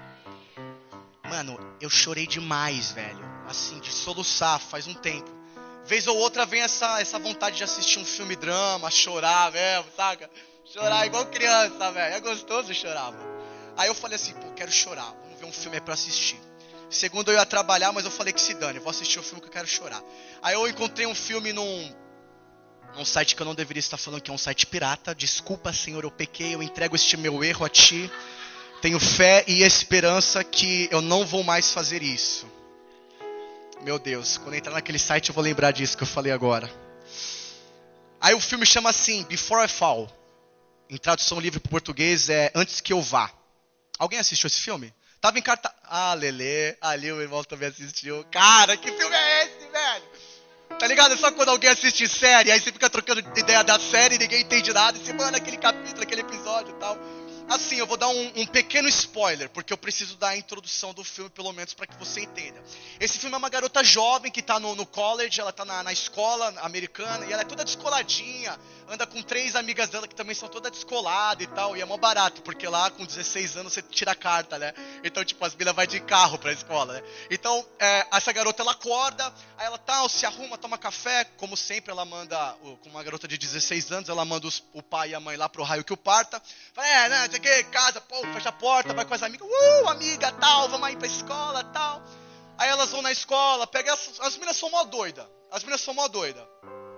Mano, eu chorei demais, velho. Assim, de soluçar, faz um tempo. Vez ou outra vem essa, essa vontade de assistir um filme drama, chorar mesmo, saca? Chorar igual criança, velho. É gostoso chorar, mano. Aí eu falei assim: pô, quero chorar. Vamos ver um filme aí pra assistir. Segundo, eu ia trabalhar, mas eu falei que se dane, eu vou assistir o filme que eu quero chorar. Aí eu encontrei um filme num, num site que eu não deveria estar falando, que é um site pirata. Desculpa, Senhor, eu pequei, eu entrego este meu erro a Ti. Tenho fé e esperança que eu não vou mais fazer isso. Meu Deus, quando eu entrar naquele site eu vou lembrar disso que eu falei agora. Aí o filme chama assim, Before I Fall. Em tradução livre para o português é Antes que eu vá. Alguém assistiu esse filme? Tava em carta... Ah, Lelê, ali o irmão também assistiu. Cara, que filme é esse, velho? Tá ligado? É só quando alguém assiste série, aí você fica trocando ideia da série, ninguém entende nada, e você manda aquele capítulo, aquele episódio e tal. Assim, eu vou dar um, um pequeno spoiler, porque eu preciso dar a introdução do filme, pelo menos, para que você entenda. Esse filme é uma garota jovem que tá no, no college, ela tá na, na escola americana, e ela é toda descoladinha, anda com três amigas dela que também são todas descoladas e tal, e é mó barato, porque lá com dezesseis anos você tira a carta, né? Então, tipo, as meninas vai de carro pra escola, né? Então, é, essa garota, ela acorda, aí ela tal, se arruma, toma café, como sempre, ela manda, com uma garota de dezesseis anos, ela manda os, o pai e a mãe lá pro raio que o parta, fala, é, né, aqui, casa, pô, fecha a porta, vai com as amigas, uh, amiga, tal, vamos aí pra escola, tal. Aí elas vão na escola, pega as, as meninas são mó doida, as meninas são mó doida.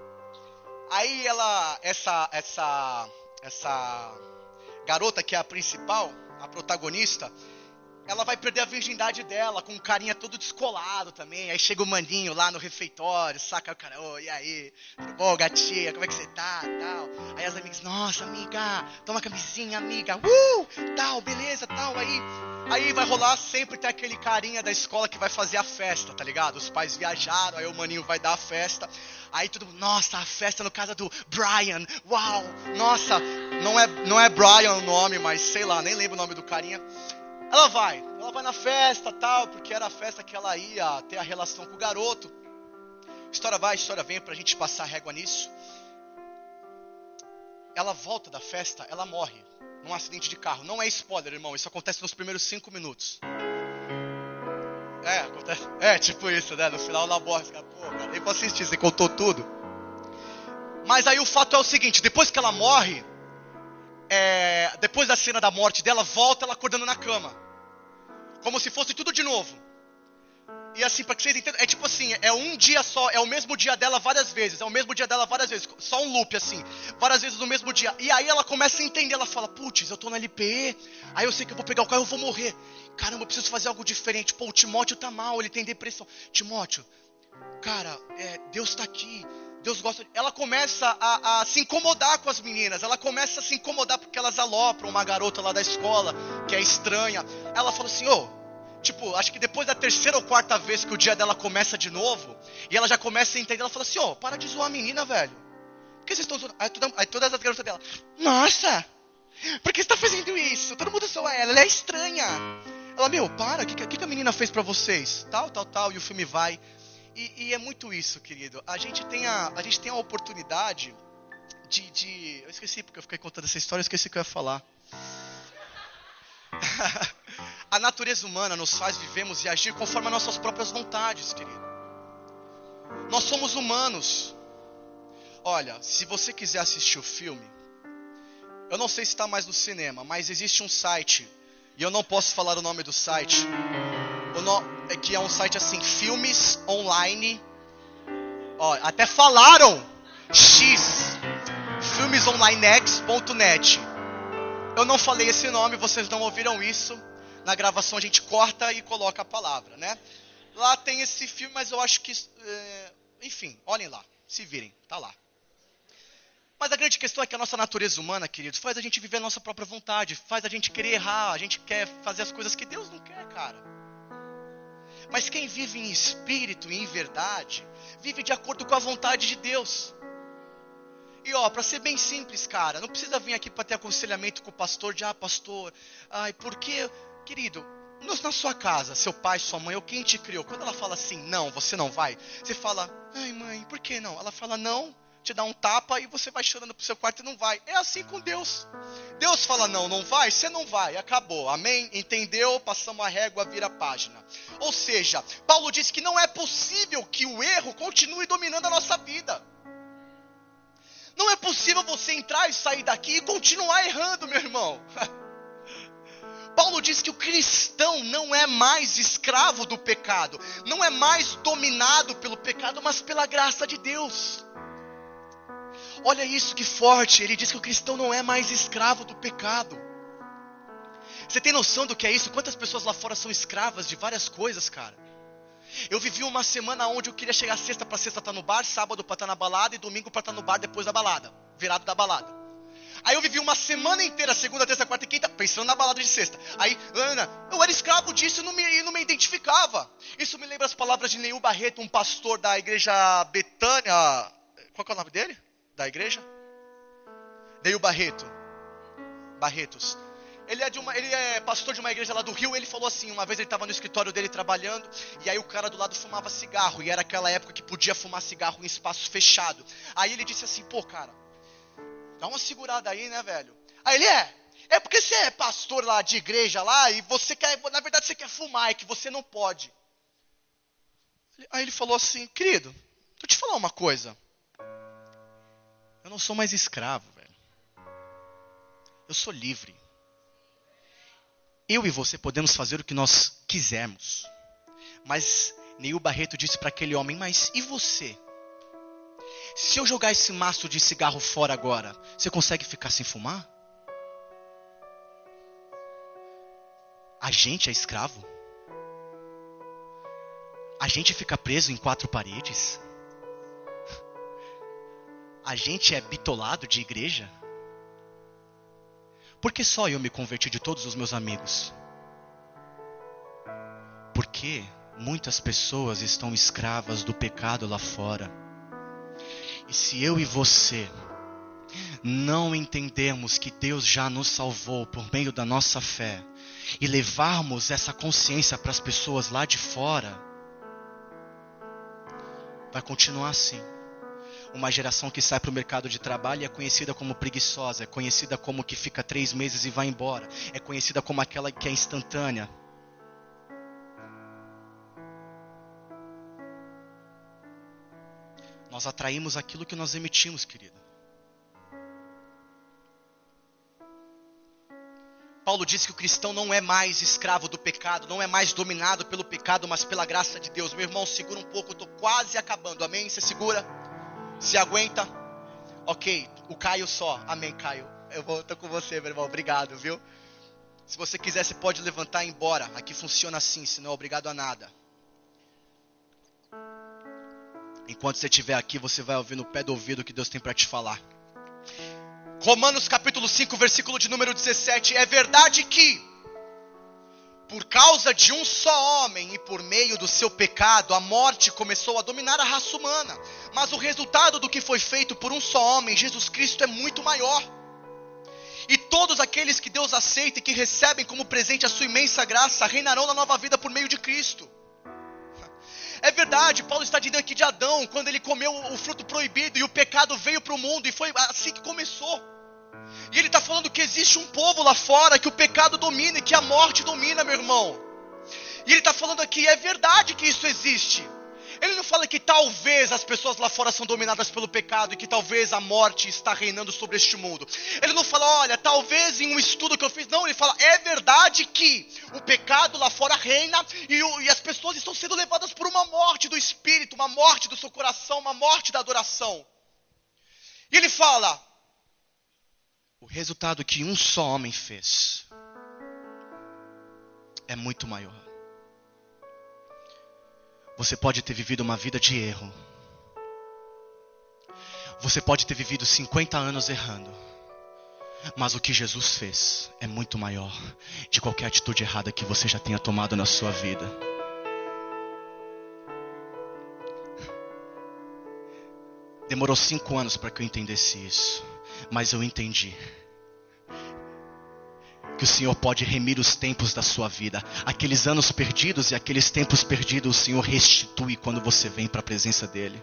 Aí ela, essa, essa, essa garota que é a principal, a protagonista, ela vai perder a virgindade dela, com um carinha todo descolado também. Aí chega o maninho lá no refeitório, saca o cara, ô, e aí? Tudo bom, gatinha? Como é que você tá? Tal. Aí as amigas, nossa, amiga, toma camisinha, amiga, uh, tal, beleza, tal. Aí, aí vai rolar, sempre tem aquele carinha da escola que vai fazer a festa, tá ligado? Os pais viajaram, aí o maninho vai dar a festa. Aí tudo, nossa, a festa no casa do Brian, uau, nossa, não é, não é Brian o nome, mas sei lá, nem lembro o nome do carinha. Ela vai, ela vai na festa tal, porque era a festa que ela ia ter a relação com o garoto. História vai, história vem, pra gente passar régua nisso. Ela volta da festa, ela morre num acidente de carro. Não é spoiler, irmão, isso acontece nos primeiros cinco minutos. É, acontece, é tipo isso, né? No final ela morre, fica, pô, cara, nem pra assistir, você contou tudo. Mas aí o fato é o seguinte, depois que ela morre, é, depois da cena da morte dela, volta ela acordando na cama. Como se fosse tudo de novo. E assim, para que vocês entendam, é tipo assim, é um dia só, é o mesmo dia dela várias vezes, é o mesmo dia dela várias vezes, só um loop assim, várias vezes no mesmo dia. E aí ela começa a entender, ela fala, putz, eu tô na L P E, aí eu sei que eu vou pegar o carro, eu vou morrer. Caramba, eu preciso fazer algo diferente. Pô, o Timóteo tá mal, ele tem depressão. Timóteo, cara, é, Deus tá aqui, Deus gosta de... Ela começa a, a se incomodar com as meninas, ela começa a se incomodar porque elas alopram uma garota lá da escola, que é estranha. Ela fala assim, ô... Oh, tipo, acho que depois da terceira ou quarta vez que o dia dela começa de novo, e ela já começa a entender, ela fala assim, ô, oh, para de zoar a menina, velho. Por que vocês estão zoando? Aí, toda, aí todas as garotas dela, nossa, por que você tá fazendo isso? Todo mundo zoa ela, ela é estranha. Ela, meu, para, o que, que, que a menina fez pra vocês? Tal, tal, tal, e o filme vai. E, e é muito isso, querido. A gente tem a, a, gente tem a oportunidade de, de... Eu esqueci, porque eu fiquei contando essa história, eu esqueci o que eu ia falar. A natureza humana nos faz vivemos e agir conforme as nossas próprias vontades, querido. Nós somos humanos. Olha, se você quiser assistir o filme, eu não sei se está mais no cinema, mas existe um site, e eu não posso falar o nome do site, o no, é que é um site assim, filmes online, ó, até falaram, X, filmesonlinex ponto net. Eu não falei esse nome, vocês não ouviram isso. Na gravação a gente corta e coloca a palavra, né? Lá tem esse filme, mas eu acho que... É, enfim, olhem lá, se virem, tá lá. Mas a grande questão é que a nossa natureza humana, queridos, faz a gente viver a nossa própria vontade, faz a gente querer errar, a gente quer fazer as coisas que Deus não quer, cara. Mas quem vive em espírito e em verdade, vive de acordo com a vontade de Deus. E ó, pra ser bem simples, cara, não precisa vir aqui pra ter aconselhamento com o pastor de, ah, pastor, ai, por que... Querido, na sua casa, seu pai, sua mãe, ou quem te criou, quando ela fala assim, não, você não vai, você fala, ai mãe, por que não? Ela fala não, te dá um tapa e você vai chorando pro seu quarto e não vai. É assim com Deus. Deus fala não, não vai, você não vai, acabou, amém? Entendeu? Passamos a régua, vira a página. Ou seja, Paulo diz que não é possível que o erro continue dominando a nossa vida. Não é possível você entrar e sair daqui e continuar errando, meu irmão. Paulo diz que o cristão não é mais escravo do pecado, não é mais dominado pelo pecado, mas pela graça de Deus. Olha isso que forte, ele diz que o cristão não é mais escravo do pecado. Você tem noção do que é isso? Quantas pessoas lá fora são escravas de várias coisas, cara? Eu vivi uma semana onde eu queria chegar sexta para sexta estar no bar, sábado para estar na balada e domingo para estar no bar depois da balada, virado da balada. Aí eu vivi uma semana inteira, segunda, terça, quarta e quinta, pensando na balada de sexta. Aí, Ana, eu era escravo disso e não me, não me identificava. Isso me lembra as palavras de Neil Barreto, um pastor da igreja Betânia. Qual que é o nome dele? Da igreja? Neil Barreto. Barretos. Ele é, de uma, ele é pastor de uma igreja lá do Rio. Ele falou assim, uma vez ele estava no escritório dele trabalhando, e aí o cara do lado fumava cigarro, e era aquela época que podia fumar cigarro em espaço fechado. Aí ele disse assim, pô cara, dá uma segurada aí, né, velho? Aí ele, é, é porque você é pastor lá de igreja lá, e você quer, na verdade você quer fumar, é que você não pode. Aí ele falou assim, querido, deixa eu te falar uma coisa. Eu não sou mais escravo, velho. Eu sou livre. Eu e você podemos fazer o que nós quisermos. Mas Neil Barreto disse para aquele homem, mas e você? Se eu jogar esse maço de cigarro fora agora, você consegue ficar sem fumar? A gente é escravo? A gente fica preso em quatro paredes? A gente é bitolado de igreja? Por que só eu me converti de todos os meus amigos? Porque muitas pessoas estão escravas do pecado lá fora. E se eu e você não entendermos que Deus já nos salvou por meio da nossa fé, e levarmos essa consciência para as pessoas lá de fora, vai continuar assim. Uma geração que sai para o mercado de trabalho e é conhecida como preguiçosa, é conhecida como que fica três meses e vai embora, é conhecida como aquela que é instantânea. Nós atraímos aquilo que nós emitimos, querido. Paulo disse que o cristão não é mais escravo do pecado, não é mais dominado pelo pecado, mas pela graça de Deus. Meu irmão, segura um pouco, eu estou quase acabando, amém? Você segura? Se aguenta? Ok, o Caio só, amém, Caio. Eu vou, tô com você, meu irmão, obrigado, viu? Se você quiser, você pode levantar e ir embora. Aqui funciona assim, senão é obrigado a nada. Enquanto você estiver aqui, você vai ouvir no pé do ouvido o que Deus tem para te falar. Romanos capítulo cinco, versículo de número dezessete. É verdade que, por causa de um só homem e por meio do seu pecado, a morte começou a dominar a raça humana. Mas o resultado do que foi feito por um só homem, Jesus Cristo, é muito maior. E todos aqueles que Deus aceita e que recebem como presente a sua imensa graça, reinarão na nova vida por meio de Cristo. É verdade, Paulo está dizendo aqui de Adão, quando ele comeu o fruto proibido e o pecado veio para o mundo, e foi assim que começou. E ele está falando que existe um povo lá fora, que o pecado domina e que a morte domina, meu irmão. E ele está falando aqui, é verdade que isso existe. Ele não fala que talvez as pessoas lá fora são dominadas pelo pecado e que talvez a morte está reinando sobre este mundo. Ele não fala, olha, talvez em um estudo que eu fiz. Não, ele fala, é verdade que o pecado lá fora reina e, o, e as pessoas estão sendo levadas por uma morte do espírito, uma morte do seu coração, uma morte da adoração. E ele fala, o resultado que um só homem fez é muito maior. Você pode ter vivido uma vida de erro. Você pode ter vivido cinquenta anos errando. Mas o que Jesus fez é muito maior de qualquer atitude errada que você já tenha tomado na sua vida. Demorou cinco anos para que eu entendesse isso. Mas eu entendi. Que o Senhor pode remir os tempos da sua vida. Aqueles anos perdidos e aqueles tempos perdidos, o Senhor restitui quando você vem para a presença dEle.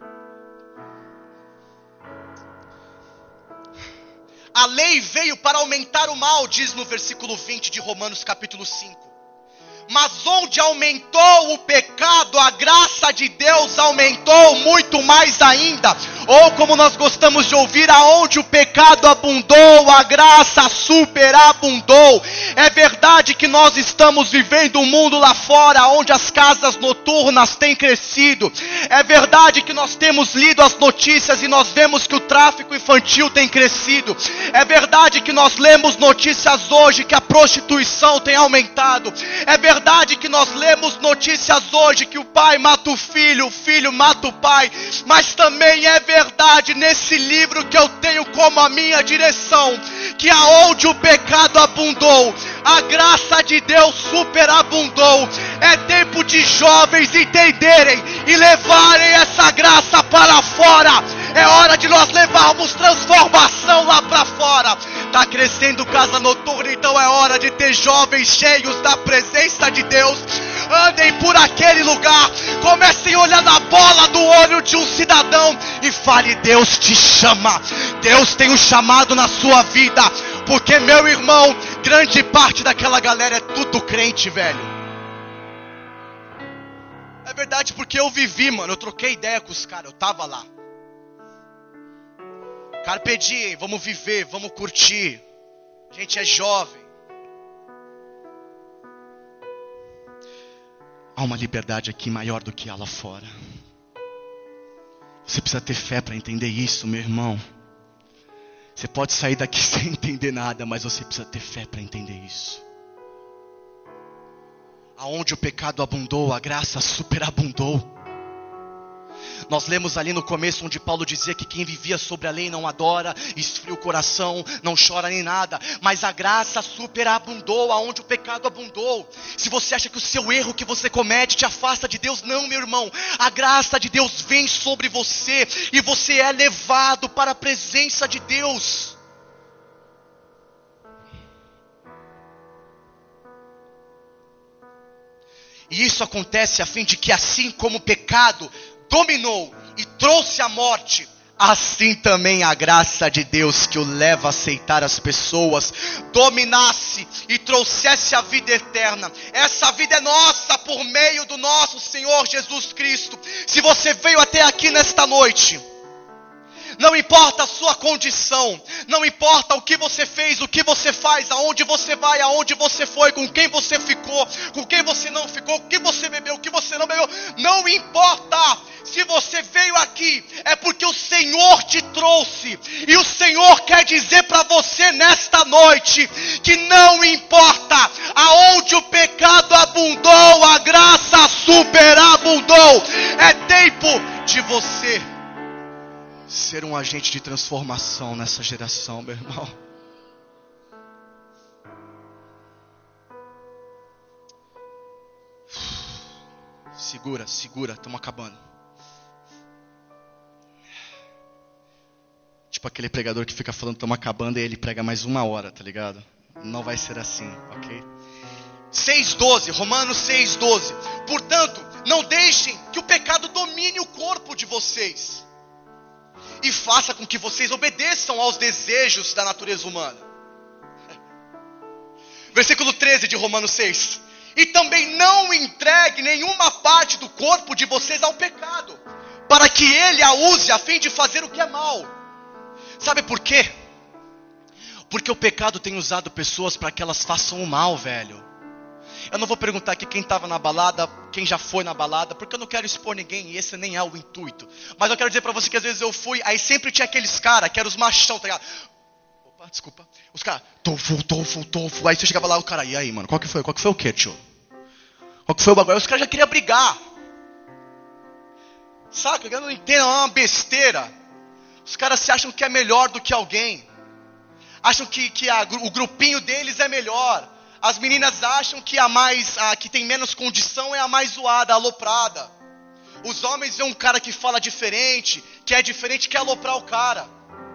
A lei veio para aumentar o mal, diz no versículo vinte de Romanos capítulo cinco. Mas onde aumentou o pecado, a graça de Deus aumentou muito mais ainda. Ou como nós gostamos de ouvir, aonde o pecado abundou, a graça superabundou. É verdade que nós estamos vivendo um mundo lá fora, onde as casas noturnas têm crescido. É verdade que nós temos lido as notícias e nós vemos que o tráfico infantil tem crescido. É verdade que nós lemos notícias hoje que a prostituição tem aumentado. É verdade verdade que nós lemos notícias hoje que o pai mata o filho, o filho mata o pai, mas também é verdade nesse livro que eu tenho como a minha direção, que aonde o pecado abundou, a graça de Deus superabundou. É tempo de jovens entenderem e levarem essa graça para fora. É hora de nós levarmos transformação lá para fora. Está crescendo casa noturna, então é hora de ter jovens cheios da presença de Deus. Andem por aquele lugar, comecem a olhar na bola do olho de um cidadão e fale: Deus te chama, Deus tem um chamado na sua vida. Porque, meu irmão, grande parte daquela galera é tudo crente, velho. É verdade, porque eu vivi, mano, eu troquei ideia com os caras, eu tava lá. Carpe diem, vamos viver, vamos curtir. A gente é jovem. Há uma liberdade aqui maior do que há lá fora. Você precisa ter fé para entender isso, meu irmão. Você pode sair daqui sem entender nada, mas você precisa ter fé para entender isso. Aonde o pecado abundou, a graça superabundou. Nós lemos ali no começo onde Paulo dizia que quem vivia sobre a lei não adora, esfria o coração, não chora nem nada. Mas a graça superabundou aonde o pecado abundou. Se você acha que o seu erro que você comete te afasta de Deus, não, meu irmão. A graça de Deus vem sobre você e você é levado para a presença de Deus. E isso acontece a fim de que, assim como o pecado dominou e trouxe a morte, assim também a graça de Deus, que o leva a aceitar as pessoas, dominasse e trouxesse a vida eterna. Essa vida é nossa por meio do nosso Senhor Jesus Cristo. Se você veio até aqui nesta noite, não importa a sua condição, não importa o que você fez, o que você faz, aonde você vai, aonde você foi, com quem você ficou, com quem você não ficou, o que você bebeu, o que você não bebeu, não importa. Se você veio aqui, é porque o Senhor te trouxe, e o Senhor quer dizer para você nesta noite, que não importa aonde o pecado abundou, a graça superabundou. É tempo de você ser um agente de transformação nessa geração, meu irmão. Segura, segura, estamos acabando. Tipo aquele pregador que fica falando estamos acabando e ele prega mais uma hora, tá ligado? Não vai ser assim, ok? seis doze, Romanos seis doze. Portanto, não deixem que o pecado domine o corpo de vocês, e faça com que vocês obedeçam aos desejos da natureza humana. Versículo treze de Romanos seis. E também não entregue nenhuma parte do corpo de vocês ao pecado, para que ele a use a fim de fazer o que é mal. Sabe por quê? Porque o pecado tem usado pessoas para que elas façam o mal, velho. Eu não vou perguntar aqui quem estava na balada, quem já foi na balada, porque eu não quero expor ninguém, e esse nem é o intuito. Mas eu quero dizer pra você que às vezes eu fui, aí sempre tinha aqueles caras, que eram os machão, tá ligado? Opa, desculpa. Os caras, tofu, tofu, tofu. Aí você chegava lá, o cara, e aí, mano, qual que foi? Qual que foi o quê, tio? Qual que foi o bagulho? Aí os caras já queriam brigar. Saca? Eu não entendo, é uma besteira. Os caras se acham que é melhor do que alguém. Acham que, que a, o grupinho deles é melhor. As meninas acham que a mais, a que tem menos condição é a mais zoada, a aloprada. Os homens veem um cara que fala diferente, que é diferente, quer aloprar o cara.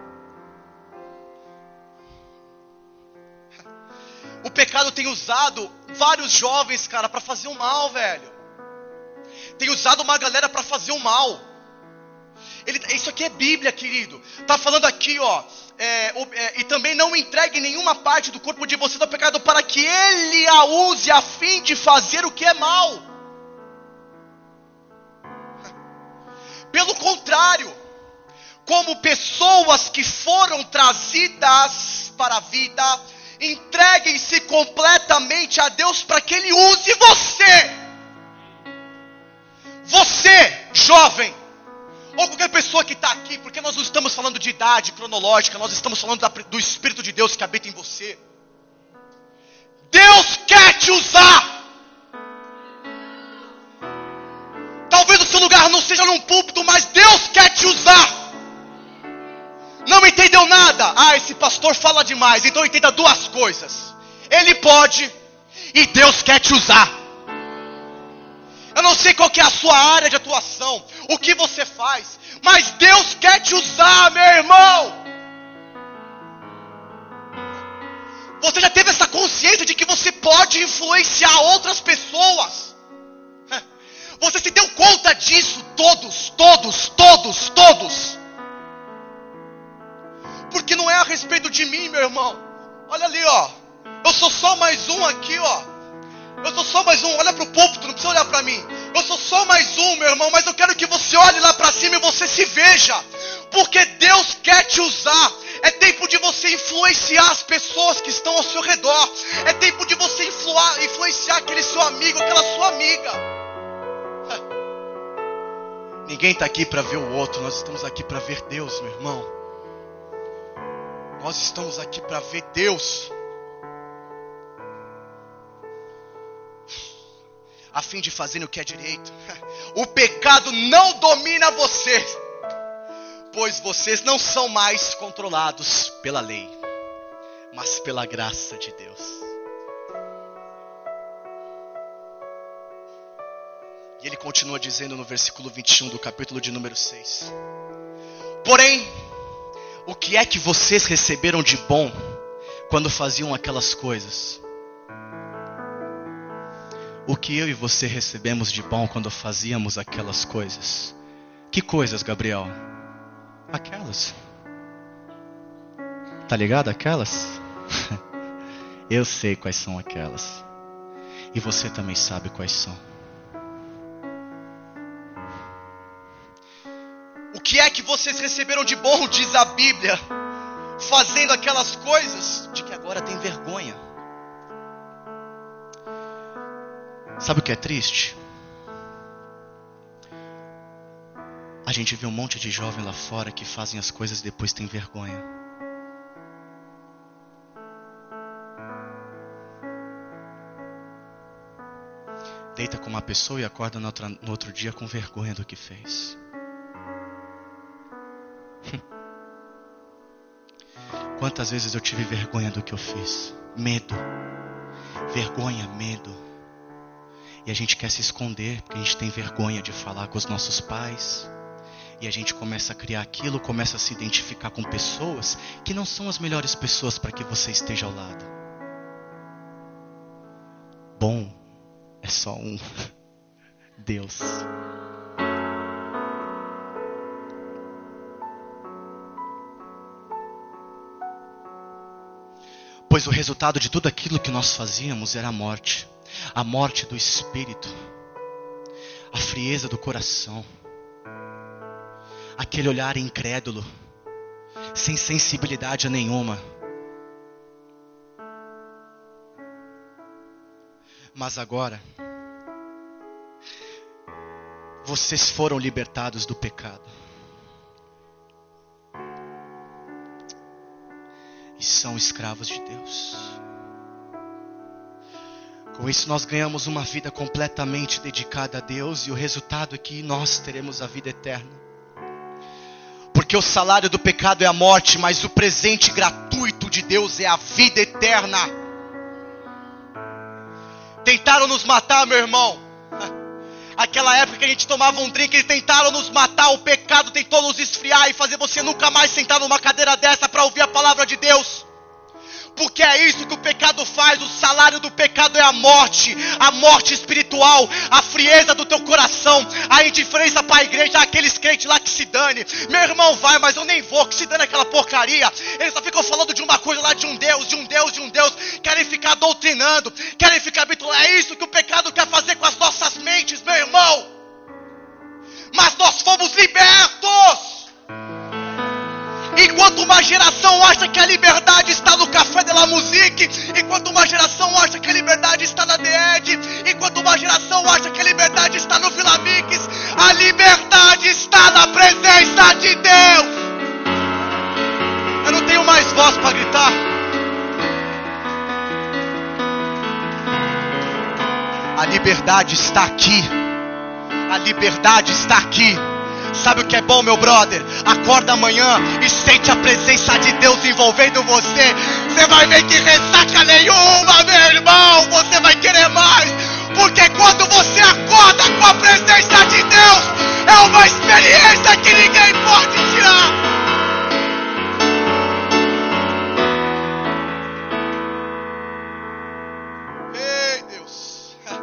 O pecado tem usado vários jovens, cara, para fazer o mal, velho. Tem usado uma galera para fazer o mal. Ele, isso aqui é Bíblia, querido. Está falando aqui, ó. É, é, e também não entregue nenhuma parte do corpo de vocês ao pecado, para que ele a use a fim de fazer o que é mal. Pelo contrário, como pessoas que foram trazidas para a vida, entreguem-se completamente a Deus para que ele use você. Você, jovem, ou qualquer pessoa que está aqui, porque nós não estamos falando de idade cronológica, nós estamos falando da, do Espírito de Deus que habita em você. Deus quer te usar. Talvez o seu lugar não seja num púlpito, mas Deus quer te usar. Não entendeu nada? Ah, esse pastor fala demais. Então entenda duas coisas: ele pode, e Deus quer te usar. Eu não sei qual que é a sua área de atuação, o que você faz, mas Deus quer te usar, meu irmão. Você já teve essa consciência de que você pode influenciar outras pessoas? Você se deu conta disso? Todos, todos, todos, todos. Porque não é a respeito de mim, meu irmão. Olha ali, ó. Eu sou só mais um aqui, ó. Eu sou só mais um, olha para o púlpito, não precisa olhar para mim. Eu sou só mais um, meu irmão, mas eu quero que você olhe lá para cima e você se veja. Porque Deus quer te usar. É tempo de você influenciar as pessoas que estão ao seu redor. É tempo de você influar, influenciar aquele seu amigo, aquela sua amiga. Ninguém está aqui para ver o outro, nós estamos aqui para ver Deus, meu irmão. Nós estamos aqui para ver Deus. A fim de fazerem o que é direito. O pecado não domina você, pois vocês não são mais controlados pela lei, mas pela graça de Deus. E ele continua dizendo no versículo vinte e um do capítulo de número seis: porém, o que é que vocês receberam de bom quando faziam aquelas coisas? o que eu e você recebemos de bom quando fazíamos aquelas coisas. Que coisas, Gabriel? Aquelas. Tá ligado? Aquelas? Eu sei quais são aquelas. E você também sabe quais são. O que é que vocês receberam de bom, diz a Bíblia, fazendo aquelas coisas de que agora tem vergonha? Sabe o que é triste? A gente vê um monte de jovem lá fora que fazem as coisas e depois tem vergonha. Deita com uma pessoa e acorda no outro, no outro dia com vergonha do que fez. Quantas vezes eu tive vergonha do que eu fiz? Medo. Vergonha, medo. E a gente quer se esconder porque a gente tem vergonha de falar com os nossos pais. E a gente começa a criar aquilo, começa a se identificar com pessoas que não são as melhores pessoas para que você esteja ao lado. Bom é só um. Deus. Pois o resultado de tudo aquilo que nós fazíamos era a morte. A morte do espírito. A frieza do coração. Aquele olhar incrédulo. Sem sensibilidade nenhuma. Mas agora, vocês foram libertados do pecado. E são escravos de Deus. Com isso nós ganhamos uma vida completamente dedicada a Deus. E o resultado é que nós teremos a vida eterna. Porque o salário do pecado é a morte, mas o presente gratuito de Deus é a vida eterna. Tentaram nos matar, meu irmão. Aquela época que a gente tomava um drink, eles tentaram nos matar. O pecado tentou nos esfriar e fazer você nunca mais sentar numa cadeira dessa para ouvir a palavra de Deus. Porque é isso que o pecado faz. O salário do pecado é a morte. A morte espiritual. A frieza do teu coração. A indiferença para a igreja. Aqueles crentes lá que se dane. Meu irmão vai, mas eu nem vou. Que se dane aquela porcaria. Eles só ficam falando de uma coisa lá, de um Deus, de um Deus, de um Deus. Querem ficar doutrinando. Querem ficar habituando. É isso que o pecado quer fazer com as nossas mentes, meu irmão. Mas nós fomos libertos. Enquanto uma geração acha que a liberdade está no Café de la Musique, enquanto uma geração acha que a liberdade está na The Edge, enquanto uma geração acha que a liberdade está no Vila Mix, a liberdade está na presença de Deus. Eu não tenho mais voz para gritar. A liberdade está aqui. A liberdade está aqui. Sabe o que é bom, meu brother? Acorda amanhã e sente a presença de Deus envolvendo você. Você vai ver que ressaca nenhuma, meu irmão. Você vai querer mais. Porque quando você acorda com a presença de Deus, é uma experiência que ninguém pode tirar. Ei, Deus.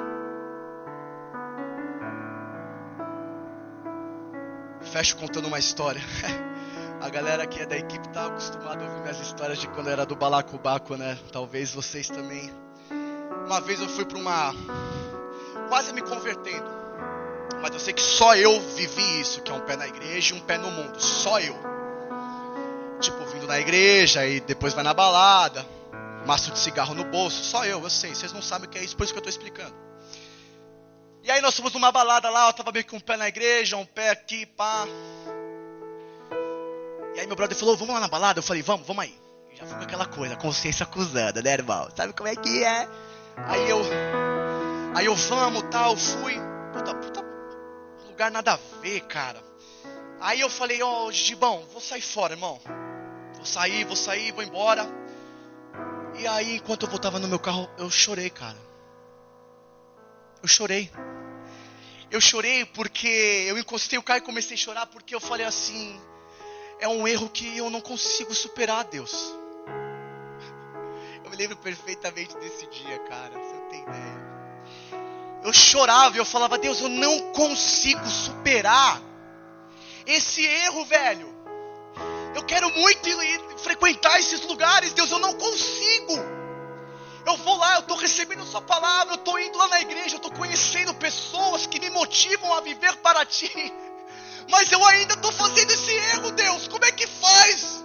Fecho contando uma história. A galera que é da equipe está acostumada a ouvir minhas histórias de quando eu era do balacobaco, né? Talvez vocês também. Uma vez eu fui para uma... quase me convertendo. Mas eu sei que só eu vivi isso, que é um pé na igreja e um pé no mundo. Só eu. Tipo, vindo na igreja e depois vai na balada. Maço de cigarro no bolso. Só eu, eu sei. Vocês não sabem o que é isso, por isso que eu estou explicando. E aí nós fomos numa balada lá, eu tava meio que um pé na igreja, um pé aqui, pá. E aí meu brother falou, vamos lá na balada? Eu falei, vamos, vamos aí. E já foi com aquela coisa, consciência acusada, né, irmão? Sabe como é que é? Aí eu, aí eu vamos, tal, fui. Puta, puta, lugar nada a ver, cara. Aí eu falei, ó, oh, Gibão, vou sair fora, irmão. Vou sair, vou sair, vou embora. E aí, enquanto eu voltava no meu carro, eu chorei, cara. Eu chorei. Eu chorei porque eu encostei o carro e comecei a chorar porque eu falei assim, é um erro que eu não consigo superar, Deus. Eu me lembro perfeitamente desse dia, cara, você não tem ideia. eu chorava e eu falava: Deus, eu não consigo superar esse erro, velho. Eu quero muito ir, ir, frequentar esses lugares, Deus, eu não consigo. Eu vou lá, eu estou recebendo sua palavra, eu estou indo lá na igreja, eu estou conhecendo pessoas que me motivam a viver para ti. Mas eu ainda estou fazendo esse erro, Deus, como é que faz?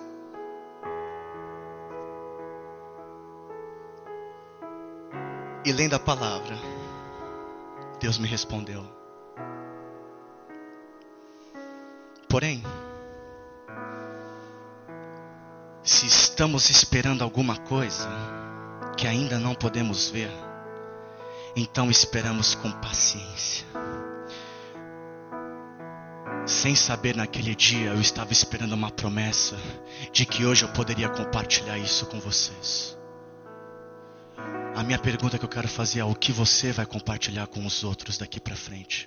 E lendo a palavra, Deus me respondeu: porém, se estamos esperando alguma coisa que ainda não podemos ver, então esperamos com paciência. Sem saber, naquele dia eu estava esperando uma promessa de que hoje eu poderia compartilhar isso com vocês. A minha pergunta que eu quero fazer é: o que você vai compartilhar com os outros daqui para frente?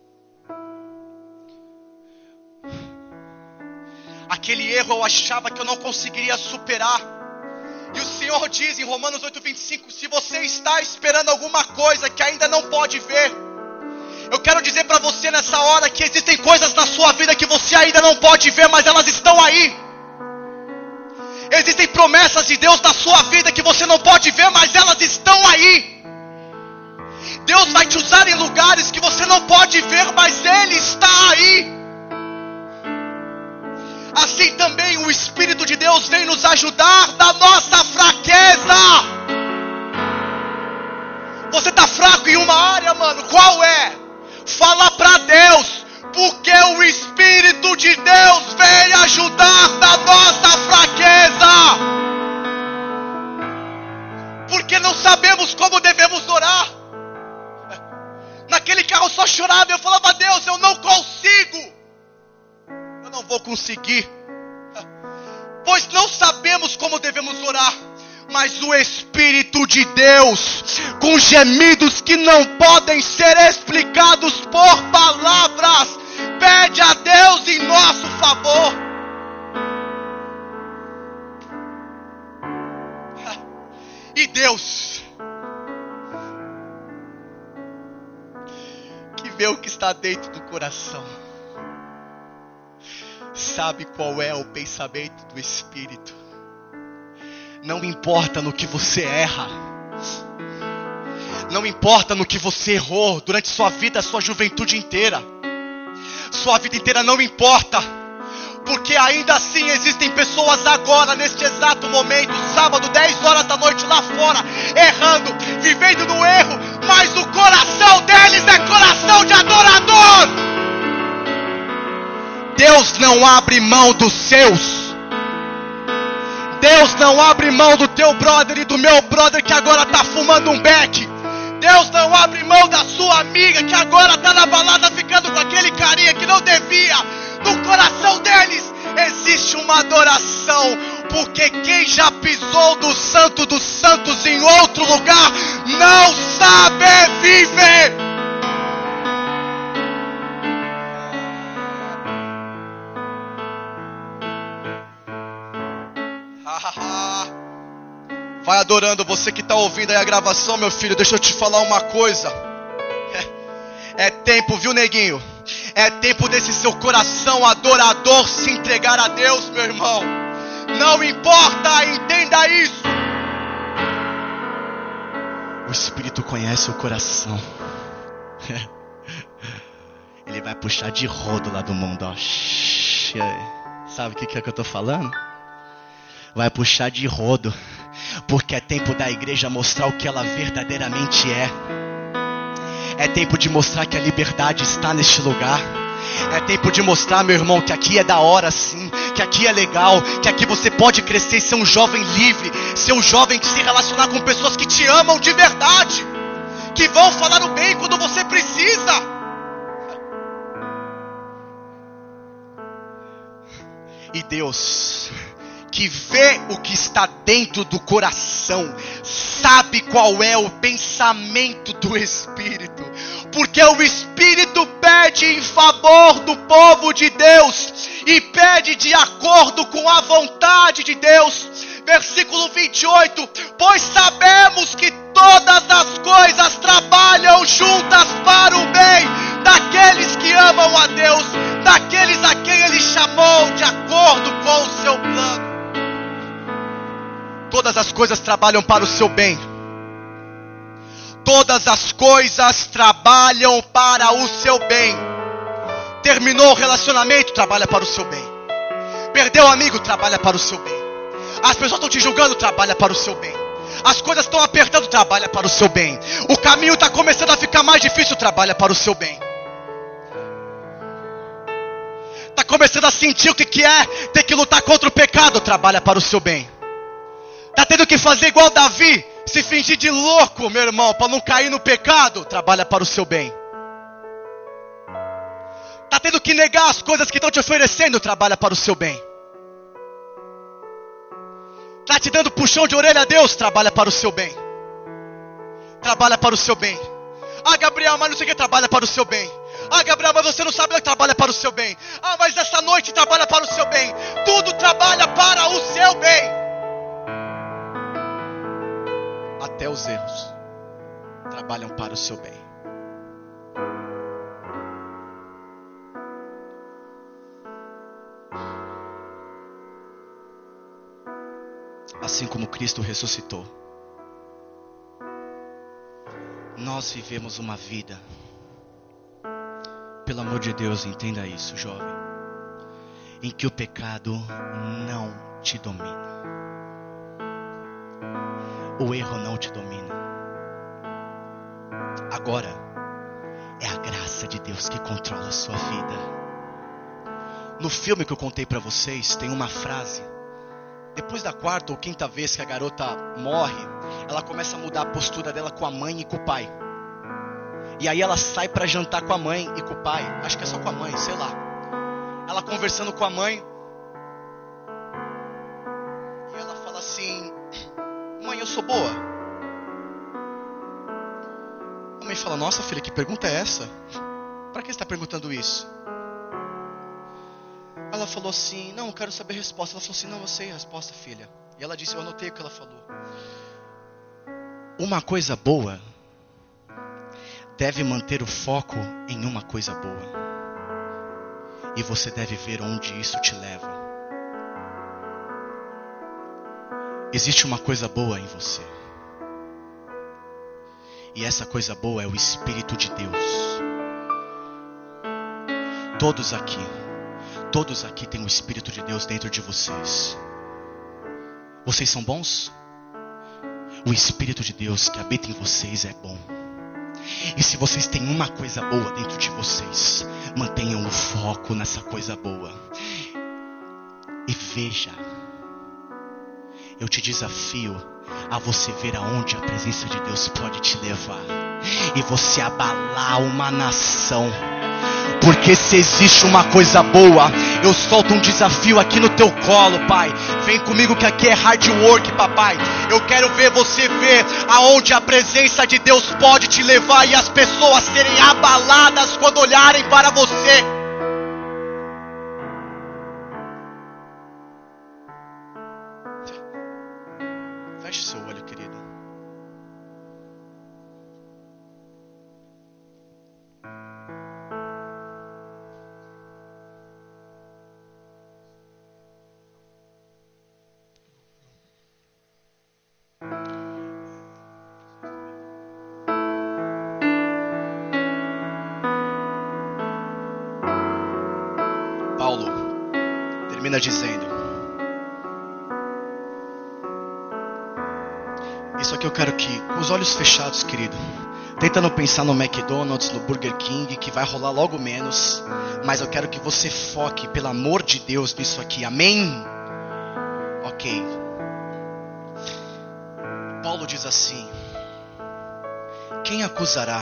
Aquele erro eu achava que eu não conseguiria superar. E o Senhor diz em Romanos oito, vinte e cinco: se você está esperando alguma coisa que ainda não pode ver, eu quero dizer para você nessa hora que existem coisas na sua vida que você ainda não pode ver, mas elas estão aí. Existem promessas de Deus na sua vida que você não pode ver, mas elas estão aí. Deus vai te usar em lugares que você não pode ver, mas Ele está aí. Assim também o Espírito de Deus vem nos ajudar na nossa fraqueza. Você está fraco em uma área, mano, qual é? Fala para Deus, porque o Espírito de Deus vem ajudar na nossa fraqueza. Porque não sabemos como devemos orar. Naquele carro eu só chorava, eu falava: Deus, eu não consigo. Eu não vou conseguir. Pois não sabemos como devemos orar. Mas o Espírito de Deus, com gemidos que não podem ser explicados por palavras, pede a Deus em nosso favor. E Deus, que vê o que está dentro do coração, sabe qual é o pensamento do Espírito. Não importa no que você erra, não importa no que você errou durante sua vida, sua juventude inteira, sua vida inteira não importa, porque ainda assim existem pessoas agora, neste exato momento, sábado, dez horas da noite lá fora, errando, vivendo no erro, mas o coração deles é coração de adorador. Deus não abre mão dos seus. Deus não abre mão do teu brother e do meu brother que agora está fumando um beck. Deus não abre mão da sua amiga que agora está na balada ficando com aquele carinha que não devia. No coração deles existe uma adoração, porque quem já pisou do santo dos santos em outro lugar não sabe viver. Vai adorando, você que está ouvindo aí a gravação, meu filho. Deixa eu te falar uma coisa. É, é tempo, viu, neguinho? É tempo desse seu coração adorador se entregar a Deus, meu irmão. Não importa, entenda isso. O Espírito conhece o coração. Ele vai puxar de rodo lá do mundo, ó. Sabe o que, que é que eu estou falando? Vai puxar de rodo. Porque é tempo da igreja mostrar o que ela verdadeiramente é. É tempo de mostrar que a liberdade está neste lugar. É tempo de mostrar, meu irmão, que aqui é da hora sim, que aqui é legal, que aqui você pode crescer e ser um jovem livre, ser um jovem que se relacionar com pessoas que te amam de verdade, que vão falar o bem quando você precisa. E Deus, que vê o que está dentro do coração, sabe qual é o pensamento do Espírito, porque o Espírito pede em favor do povo de Deus, e pede de acordo com a vontade de Deus. Versículo vinte e oito: pois sabemos que todas as coisas trabalham juntas para o bem daqueles que amam a Deus, daqueles a quem Ele chamou de acordo com o seu plano. Todas as coisas trabalham para o seu bem. Todas as coisas trabalham para o seu bem. Terminou o relacionamento, trabalha para o seu bem. Perdeu o amigo, trabalha para o seu bem. As pessoas estão te julgando, trabalha para o seu bem. As coisas estão apertando, trabalha para o seu bem. O caminho está começando a ficar mais difícil, trabalha para o seu bem. Está começando a sentir o que, que é ter que lutar contra o pecado, trabalha para o seu bem. Está tendo que fazer igual Davi, se fingir de louco, meu irmão, para não cair no pecado, trabalha para o seu bem. Está tendo que negar as coisas que estão te oferecendo, trabalha para o seu bem. Está te dando puxão de orelha a Deus, trabalha para o seu bem. Trabalha para o seu bem. Ah, Gabriel, mas não sei o que, trabalha para o seu bem. Ah, Gabriel, mas você não sabe o que, trabalha para o seu bem. Ah, mas essa noite trabalha para o seu bem. Tudo trabalha para o seu bem. Até os erros trabalham para o seu bem. Assim como Cristo ressuscitou, nós vivemos uma vida, pelo amor de Deus, entenda isso, jovem, em que o pecado não te domina. O erro não te domina. Agora é a graça de Deus que controla a sua vida. No filme que eu contei para vocês, tem uma frase. Depois da quarta ou quinta vez que a garota morre, ela começa a mudar a postura dela com a mãe e com o pai. E aí ela sai para jantar com a mãe e com o pai. Acho que é só com a mãe, sei lá. Ela conversando com a mãe. E ela fala assim: mãe, eu sou boa. A mãe fala: nossa filha, que pergunta é essa? Para que você está perguntando isso? Ela falou assim: não, eu quero saber a resposta. Ela falou assim: não, eu sei a resposta, filha. E ela disse: eu anotei o que ela falou. Uma coisa boa deve manter o foco em uma coisa boa. E você deve ver onde isso te leva. Existe uma coisa boa em você. E essa coisa boa é o Espírito de Deus. Todos aqui, todos aqui têm o Espírito de Deus dentro de vocês. Vocês são bons? O Espírito de Deus que habita em vocês é bom. E se vocês têm uma coisa boa dentro de vocês, mantenham o foco nessa coisa boa. E veja, eu te desafio a você ver aonde a presença de Deus pode te levar. E você abalar uma nação. Porque se existe uma coisa boa, eu solto um desafio aqui no teu colo, pai. Vem comigo que aqui é hard work, papai. Eu quero ver você ver aonde a presença de Deus pode te levar e as pessoas serem abaladas quando olharem para você. Feche seu olho, querido. Paulo termina dizendo: isso aqui eu quero que, com os olhos fechados, querido, tenta não pensar no McDonald's, no Burger King, que vai rolar logo menos, mas eu quero que você foque, pelo amor de Deus, nisso aqui, amém? Ok. Paulo diz assim: quem acusará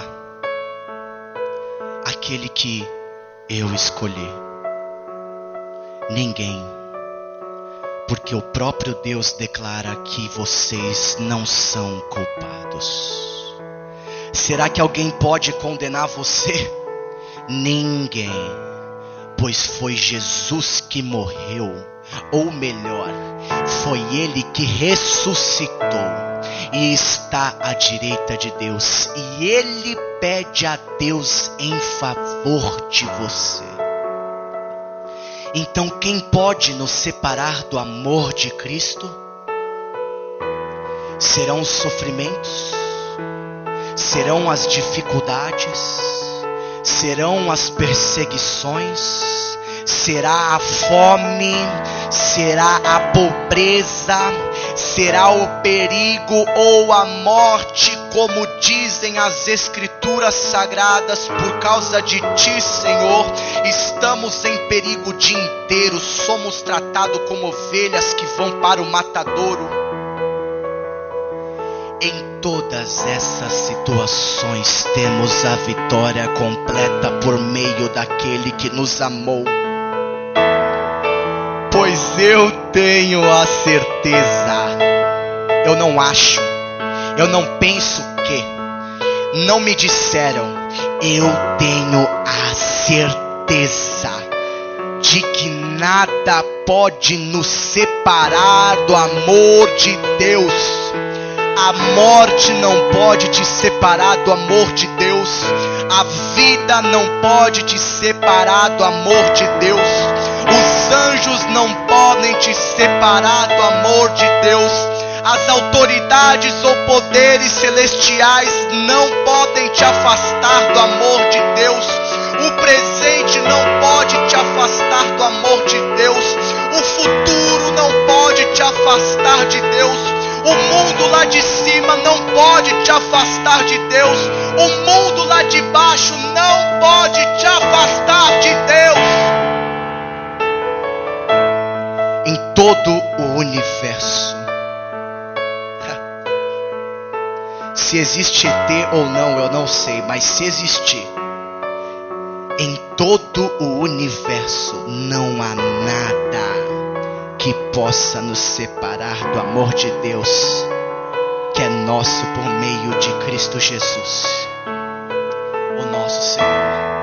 aquele que eu escolhi? Ninguém, porque o próprio Deus declara que vocês não são culpados. Será que alguém pode condenar você? Ninguém, pois foi Jesus que morreu, ou melhor, foi Ele que ressuscitou e está à direita de Deus, e Ele pede a Deus em favor de você. Então quem pode nos separar do amor de Cristo? Serão os sofrimentos? Serão as dificuldades? Serão as perseguições? Será a fome? Será a pobreza? Será o perigo ou a morte, como dizem as Escrituras Sagradas? Por causa de Ti, Senhor, estamos em perigo o dia inteiro, somos tratados como ovelhas que vão para o matadouro. Em todas essas situações temos a vitória completa por meio daquele que nos amou. Pois eu tenho a certeza, eu não acho, eu não penso que, não me disseram, eu tenho a certeza de que nada pode nos separar do amor de Deus. A morte não pode te separar do amor de Deus. A vida não pode te separar do amor de Deus. Os anjos não podem te separar do amor de Deus. As autoridades ou poderes celestiais não podem te afastar do amor de Deus. O presente não pode te afastar do amor de Deus. O futuro não pode te afastar de Deus. O mundo lá de cima não pode te afastar de Deus. O mundo lá de baixo não pode te afastar de Deus. Em todo o universo, se existe E T ou não, eu não sei, mas se existir, em todo o universo não há nada que possa nos separar do amor de Deus, que é nosso por meio de Cristo Jesus.